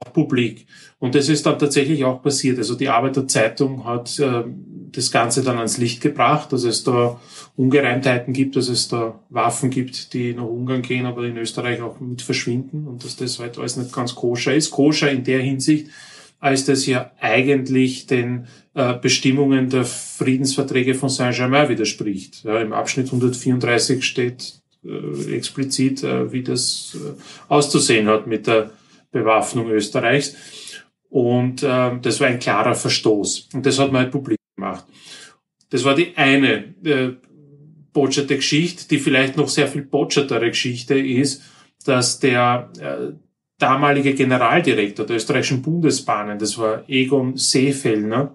publik. Und das ist dann tatsächlich auch passiert. Also die Arbeiterzeitung hat äh, das Ganze dann ans Licht gebracht, dass es da Ungereimtheiten gibt, dass es da Waffen gibt, die nach Ungarn gehen, aber in Österreich auch mit verschwinden und dass das halt alles nicht ganz koscher ist. Koscher in der Hinsicht, als das ja eigentlich den äh, Bestimmungen der Friedensverträge von Saint-Germain widerspricht. Ja, im Abschnitt hundertvierunddreißig steht äh, explizit, äh, wie das äh, auszusehen hat mit der Bewaffnung Österreichs. Und äh, das war ein klarer Verstoß. Und das hat man halt publik gemacht. Das war die eine äh, botscherte Geschichte, die vielleicht noch sehr viel botschertere Geschichte ist, dass der äh, damalige Generaldirektor der österreichischen Bundesbahnen, das war Egon Seefellner,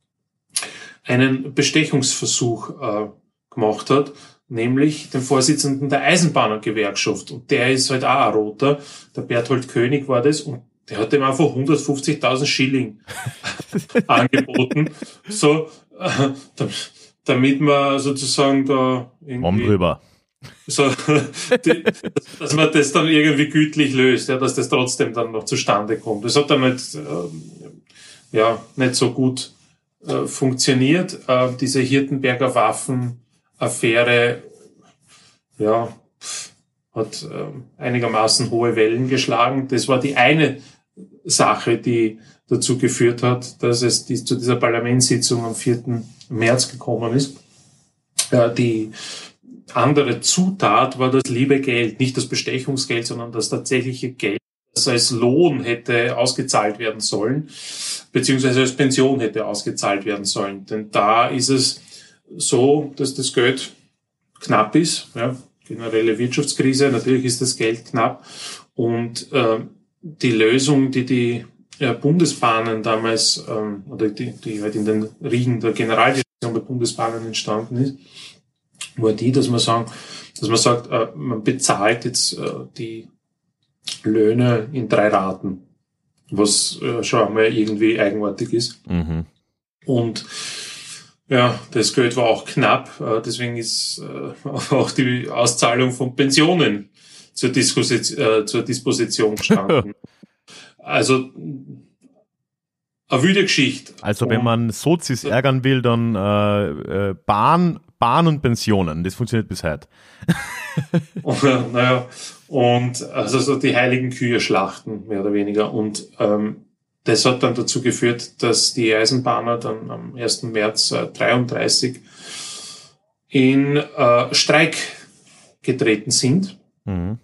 einen Bestechungsversuch äh, gemacht hat, nämlich den Vorsitzenden der Eisenbahnergewerkschaft. Und der ist halt auch ein Roter, der Berthold König war das, und der hat ihm einfach hundertfünfzigtausend Schilling angeboten, so, äh, damit man sozusagen da irgendwie... drüber. So, die, dass man das dann irgendwie gütlich löst, ja, dass das trotzdem dann noch zustande kommt. Das hat dann nicht, äh, ja, nicht so gut äh, funktioniert. Äh, diese Hirtenberger Waffen-Affäre, ja, hat äh, einigermaßen hohe Wellen geschlagen. Das war die eine Sache, die dazu geführt hat, dass es die, zu dieser Parlamentssitzung am vierten März gekommen ist. Äh, die andere Zutat war das liebe Geld, nicht das Bestechungsgeld, sondern das tatsächliche Geld, das als Lohn hätte ausgezahlt werden sollen, beziehungsweise als Pension hätte ausgezahlt werden sollen. Denn da ist es so, dass das Geld knapp ist, ja, generelle Wirtschaftskrise, natürlich ist das Geld knapp, und äh, die Lösung, die die äh, Bundesbahnen damals, ähm, oder die, die halt in den Riegen der Generaldirektion der Bundesbahnen entstanden ist, war die, dass man sagen, dass man sagt, äh, man bezahlt jetzt äh, die Löhne in drei Raten, was äh, schon einmal irgendwie eigenartig ist. Mhm. Und ja, das Geld war auch knapp, äh, deswegen ist äh, auch die Auszahlung von Pensionen zur, Diskussi- äh, zur Disposition gestanden. Also eine wilde Geschichte. Also wenn man Sozis ärgern will, dann äh, äh, Bahn, Bahn und Pensionen. Das funktioniert bis heute. Und, äh, naja, und also so die heiligen Kühe schlachten, mehr oder weniger. Und ähm, das hat dann dazu geführt, dass die Eisenbahner dann am ersten März äh, dreiunddreißig in äh, Streik getreten sind. Mhm.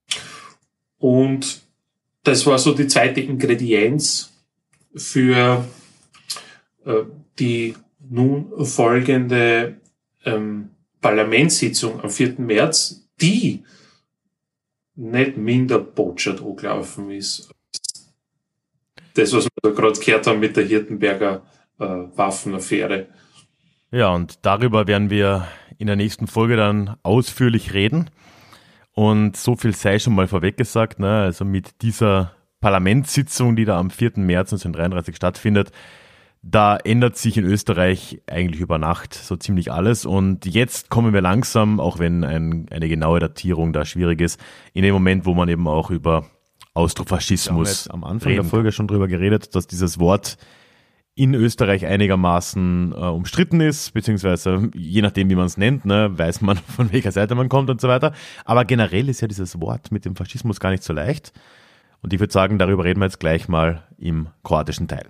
Und das war so die zweite Ingredienz für äh, die nun folgende ähm, Parlamentssitzung am vierten März, die nicht minder botschert angelaufen ist. Das, was wir da gerade gehört haben mit der Hirtenberger äh, Waffenaffäre. Ja, und darüber werden wir in der nächsten Folge dann ausführlich reden. Und so viel sei schon mal vorweg gesagt, ne? Also mit dieser Parlamentssitzung, die da am vierten März neunzehnhundertdreiunddreißig stattfindet, da ändert sich in Österreich eigentlich über Nacht so ziemlich alles. Und jetzt kommen wir langsam, auch wenn ein, eine genaue Datierung da schwierig ist, in dem Moment, wo man eben auch über Austrofaschismus am Anfang der Folge schon drüber geredet, dass dieses Wort in Österreich einigermaßen äh, umstritten ist, beziehungsweise je nachdem, wie man es nennt, ne, weiß man, von welcher Seite man kommt und so weiter. Aber generell ist ja dieses Wort mit dem Faschismus gar nicht so leicht. Und ich würde sagen, darüber reden wir jetzt gleich mal im kroatischen Teil.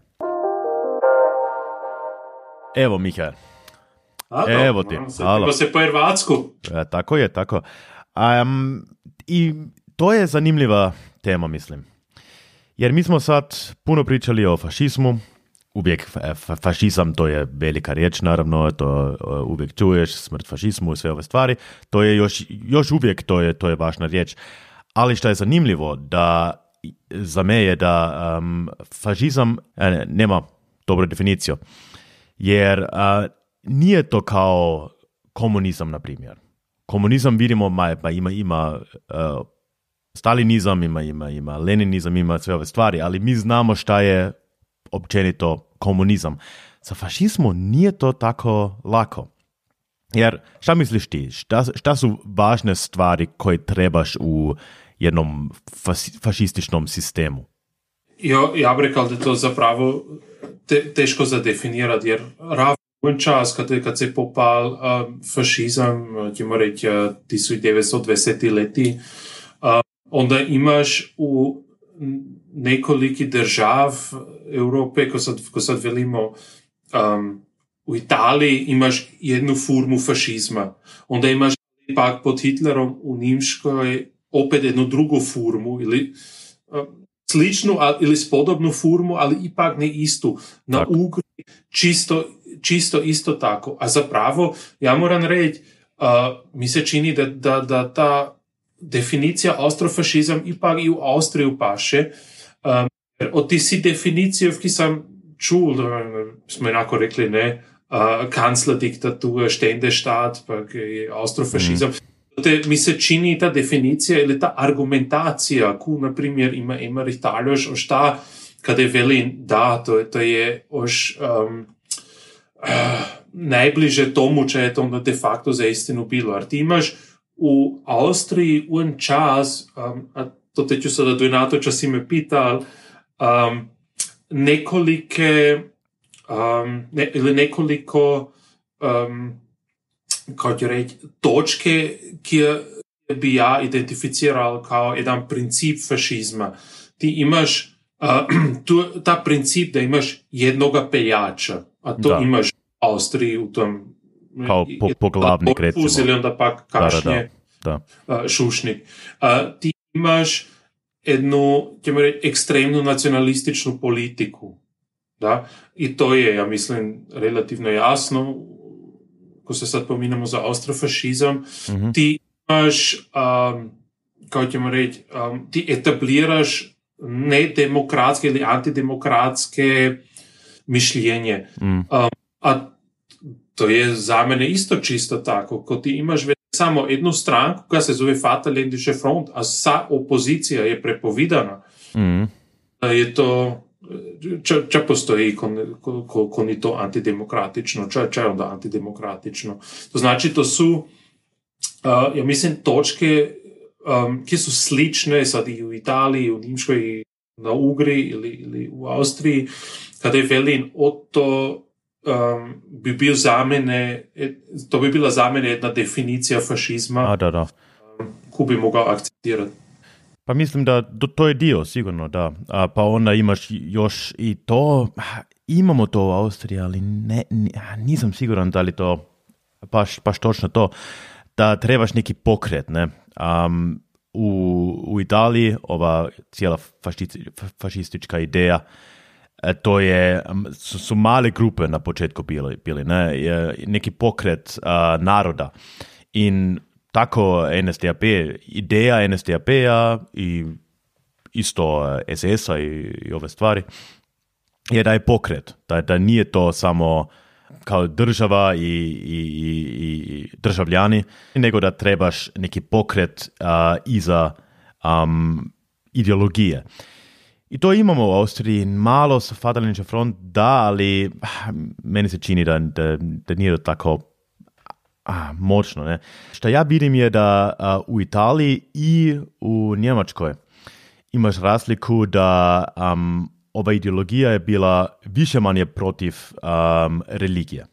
Evo, Michael. Evo ti. Halo. Pa se po hrvatsko. Ja, tako je, tako. Um, I to je zanimljiva tema, mislim. Jer mi smo sad puno pričali o fašizmu. Uvijek fa- fašizam, to je velika riječ, naravno, to uh, uvijek čuješ, smrt fašizmu i sve ove stvari. To je još, još uvijek, to je, to je važna riječ. Ali što je zanimljivo, da za me je da um, fašizam eh, nema dobru definiciju. Jer uh, nije to kao komunizam, na primjer. Komunizam vidimo, ma, pa ima, ima uh, stalinizam, ima, ima, ima leninizam, ima sve ove stvari, ali mi znamo šta je općenito komunizam. Sa fašizmom nije to tako lako. Jer šta misliš ti? Šta, šta su važne stvari koje trebaš u jednom fas, fašističnom sistemu? Ja, ja bih rekao da je to zapravo te, teško za definirati, jer ravno un čas, kad, kad se popal uh, fašizam, ćemo reći uh, tisoč devetsto dvajseti leti, uh, onda imaš u nekoliki držav Evrope, ko sad, ko sad velimo um, u Italiji, imaš jednu formu fašizma. Onda imaš pak pod Hitlerom u Nimškoj opet jednu drugu formu, ili uh, sličnu ili spodobnu formu, ali ipak ne istu. Na tak. Ugri čisto, čisto isto tako. A zapravo, ja moram reći, uh, mi se čini da, da, da ta definicija austrofašizam ipak i u Austriju paše. Um, od ti si definicije, ki sam čul, da smo enako rekli, ne, uh, kancler diktatura, Ständestaat, pa je austrofašizam. Mm. Te, mi se čini ta definicija ili ta argumentacija, ko na primjer ima Emmerich Taloš, ošta, kada je veli, da, to, to je oš um, uh, najbliže tomu, če je to de facto za istinu bilo. Ar ti imaš u Austriji un čas, um, a to te ću sada dojnato, če si me pital, um, nekolike, um, ne, ili nekoliko um, kao ću reći, točke, ki bi ja identificiral kao jedan princip fašizma. Ti imaš uh, tu, ta princip da imaš jednoga peljača, a to da. Imaš u Austriji u tom kao po, poglavnik, recimo. Ili onda pak kašnje da, da, da. Uh, šušnik. Uh, ti imaš jednu, ćemo reći, ekstremnu nacionalističnu politiku. Da? I to je, ja mislim, relativno jasno. Ko se sad pominamo za austrofašizam, mm-hmm. ti imaš, um, kao ćemo reći, um, ti etabliraš nedemokratske ili antidemokratske mišljenje. Mm. Um, a to je za mene isto čisto tako. Ko ti imaš samo jednu stranku koja se zove Vaterländischer Front, a sa opozicija je prepovedana, mm. je to Če, če postoji ko, ko, ko ni to antidemokratično, če, če je onda antidemokratično. To znači, to su, uh, ja mislim, točke, um, ki su slične sad i u Italiji, u Nimškoj, i na Ugri ili, ili u Austriji, kada je velim, od to um, bi bil za mene, to bi bila za mene jedna definicija fašizma, A, da, da. Um, ko bi mogao akceptirati. Pa mislim da to je dio, sigurno, da. A, pa onda imaš još i to, imamo to u Austriji, ali ne, nisam siguran da li to baš, baš točno to, da trebaš neki pokret, ne. Um, u, u Italiji ova cijela fašisti, fašistička ideja, to je, su, su male grupe na početku bili, bili ne, neki pokret uh, naroda. In tako N S D A P, ideja N S D A P-a i isto S S-a i, i ove stvari, je da je pokret, da, da nije to samo kao država i, i, i, i državljani, nego da trebaš neki pokret uh, iza um, ideologije. I to imamo u Austriji, malo sa Vaterländischer Front, da, ali meni se čini da, da, da nije tako a, moćno. Ne? Što ja vidim je da a, u Italiji i u Njemačkoj imaš razliku da um, ova ideologija je bila više manje protiv um, religije.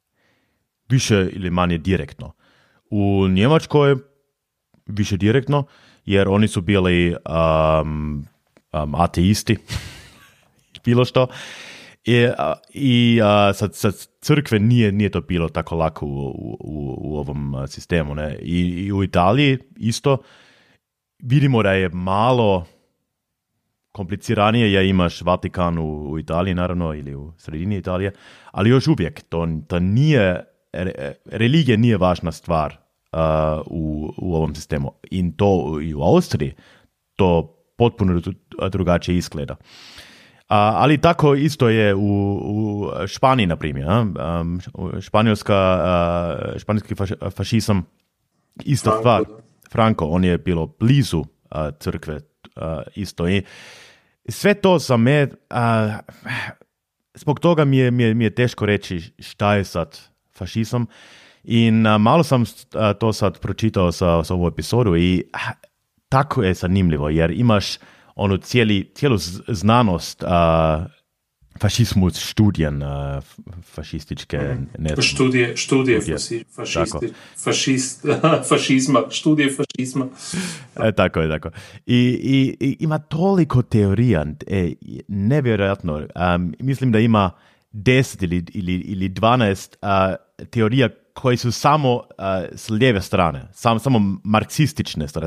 Više ili manje direktno. U Njemačkoj više direktno, jer oni su bili um, um, ateisti, bilo što. I, i a, sad, sad crkve nije, nije to bilo tako lako u, u, u ovom sistemu. Ne? I, I u Italiji isto vidimo da je malo kompliciranije, ja imaš Vatikan u, u Italiji naravno ili u sredini Italije, ali još uvijek to, to nije, religija nije važna stvar uh, u, u ovom sistemu. I to i u Austriji to potpuno drugačije izgleda. Uh, ali tako isto je u, u Španiji, na primjer. Um, španjolska, uh, španjolski faš, fašizam, ista Franco, stvar. Da. Franco, on je bilo blizu uh, crkve uh, isto. I sve to za me, uh, zbog toga mi je, mi, je, mi je teško reći šta je sad fašizam. I uh, malo sam uh, to sad pročitao sa, sa ovu epizodu i uh, tako je zanimljivo, jer imaš onu cijeli, cijelu znanost uh, fašizmus studien, uh, fašističke, ne znam. Študije, študije faši, fašisti, fašist, fašizma, študije fašizma. E, tako je, tako. I, i, i ima toliko teorija, e, nevjerojatno. Um, mislim da ima deset ili, ili, ili dvanaest uh, teorija koje su samo uh, s lijeve strane, sam, samo marksistične uh,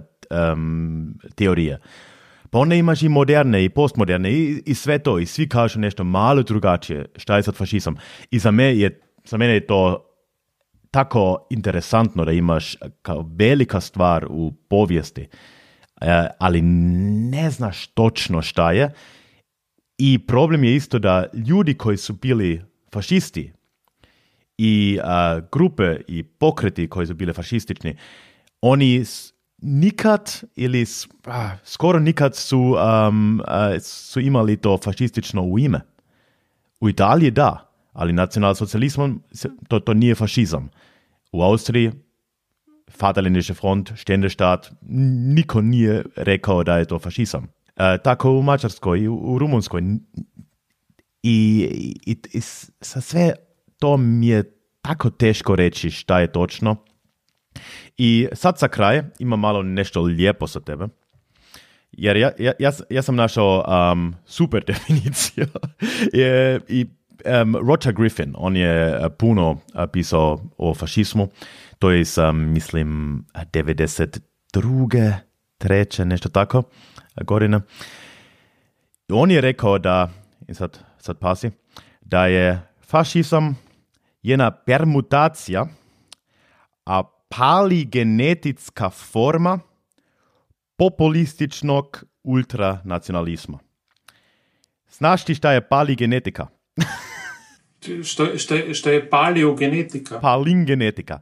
um, teorije. Pa onda imaš i moderne i postmoderne i, i sve to i svi kažu nešto malo drugačije šta je sad fašizam. I za, me je, za mene je to tako interesantno da imaš kao velika stvar u povijesti, uh, ali ne znaš točno šta je. I problem je isto da ljudi koji su bili fašisti i uh, grupe i pokreti koji su bili fašistični, oni nikad ili uh, skoro nikad su, um, uh, su imali to fašistično u ime. U Italiji da, ali nacionalsocijalizmom to, to nije fašizam. U Austriji Vaterländische Front, Ständestaat, niko nije rekao da je to fašizam. Uh, tako u Mađarskoj i u, u Rumunskoj. I, i, i sa sve to mi je tako teško reći šta je točno. I sad za kraj ima malo nešto lijepo sa tebe. Jer ja, ja, ja, ja sam našao um, super definiciju. I, i um, Roger Griffin, on je puno pisao o fašizmu. To je sam, mislim, devedeset druge, treće, nešto tako, godine. On je rekao da, i sad, sad pasi, da je fašizam jedna permutacija, a paligenetska forma populističnog ultranacionalizma. Znaš ti šta je paligenetika? Što, što, što je paliogenetika? Palingenetika.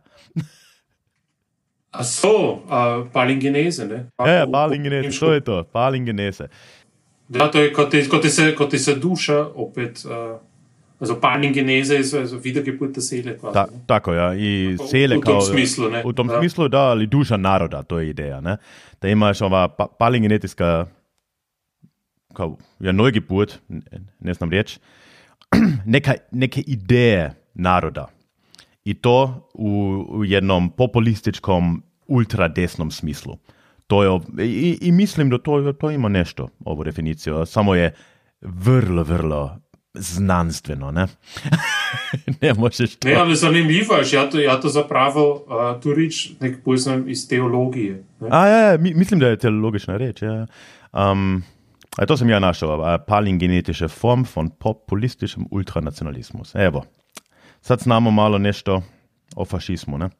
A so, a, palingeneze, ne? Pa, e, palingeneze, to je to, palingeneze. Da, to je, ko ti, ko ti, se, ko ti se duša opet... Uh, Also Palingenese je also wiedergeburt der Seele quasi. Ta, tako, ja. I sele u kao... tom smislu, ne? U tom da. smislu, da, ali duša naroda, to je ideja, ne? Da imaš ova pa, palingenetiska, kao, ja, Neugeburt, ne, ne znam riječ, neka, neke ideje naroda. I to u, u jednom populističkom, ultradesnom smislu. To je, i, i mislim da to, to ima nešto, ovu definiciju, samo je vrlo, vrlo znanstveno, ne? Ne možeš to... Ne, ali zanimljivo je, ja to, ja to zapravo uh, tu rič nek poznam iz teologije. Ne? A ja, mi, mislim da je teologična reč, ja. Um, a to sam ja našao, palingenetische Form von populističem ultranacionalizmus. Evo, sad znamo malo nešto o fašizmu, ne?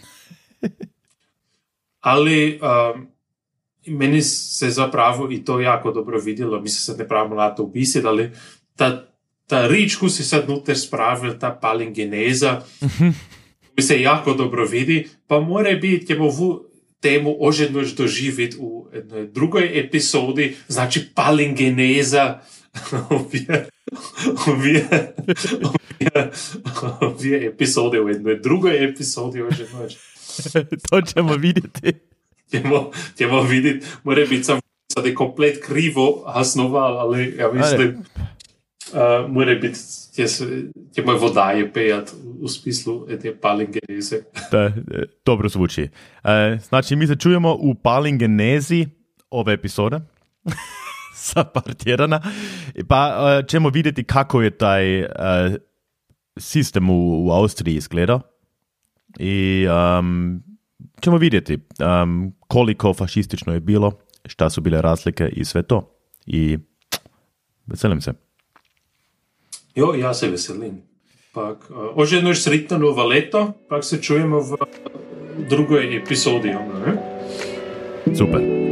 Ali um, meni se zapravo i to jako dobro vidjelo, mi se sad ne pravimo na to upisati, ali ta ta rič, ko si sad noter spravil, ta palingeneza, mm-hmm. mi se jako dobro vidi, pa mora biti, ćemo v temu ožednoč doživjeti u jednoj drugoj epizodi, znači palingeneza ovije, ovije, ovije, ovije epizode u jednoj drugoj epizodi ožednoč. To ćemo vidjeti. Ćemo, ćemo vidjeti, mora biti sam sad je komplet krivo hasnoval, ali ja mislim, Uh, mora biti, će moj vodaje pejat u smislu te palingeneze. Da, dobro zvuči. Uh, znači, mi se čujemo u palingenezi ove epizode sa par tjedana, pa uh, ćemo vidjeti kako je taj uh, sistem u, u Austriji izgleda i um, ćemo vidjeti um, koliko fašistično je bilo, šta su bile razlike i sve to. I veselim se. Jo, ja se veselim. Pak, uh, ožednoč sretno novo leto, pak se čujemo v drugoj epizodi. Ne? Super.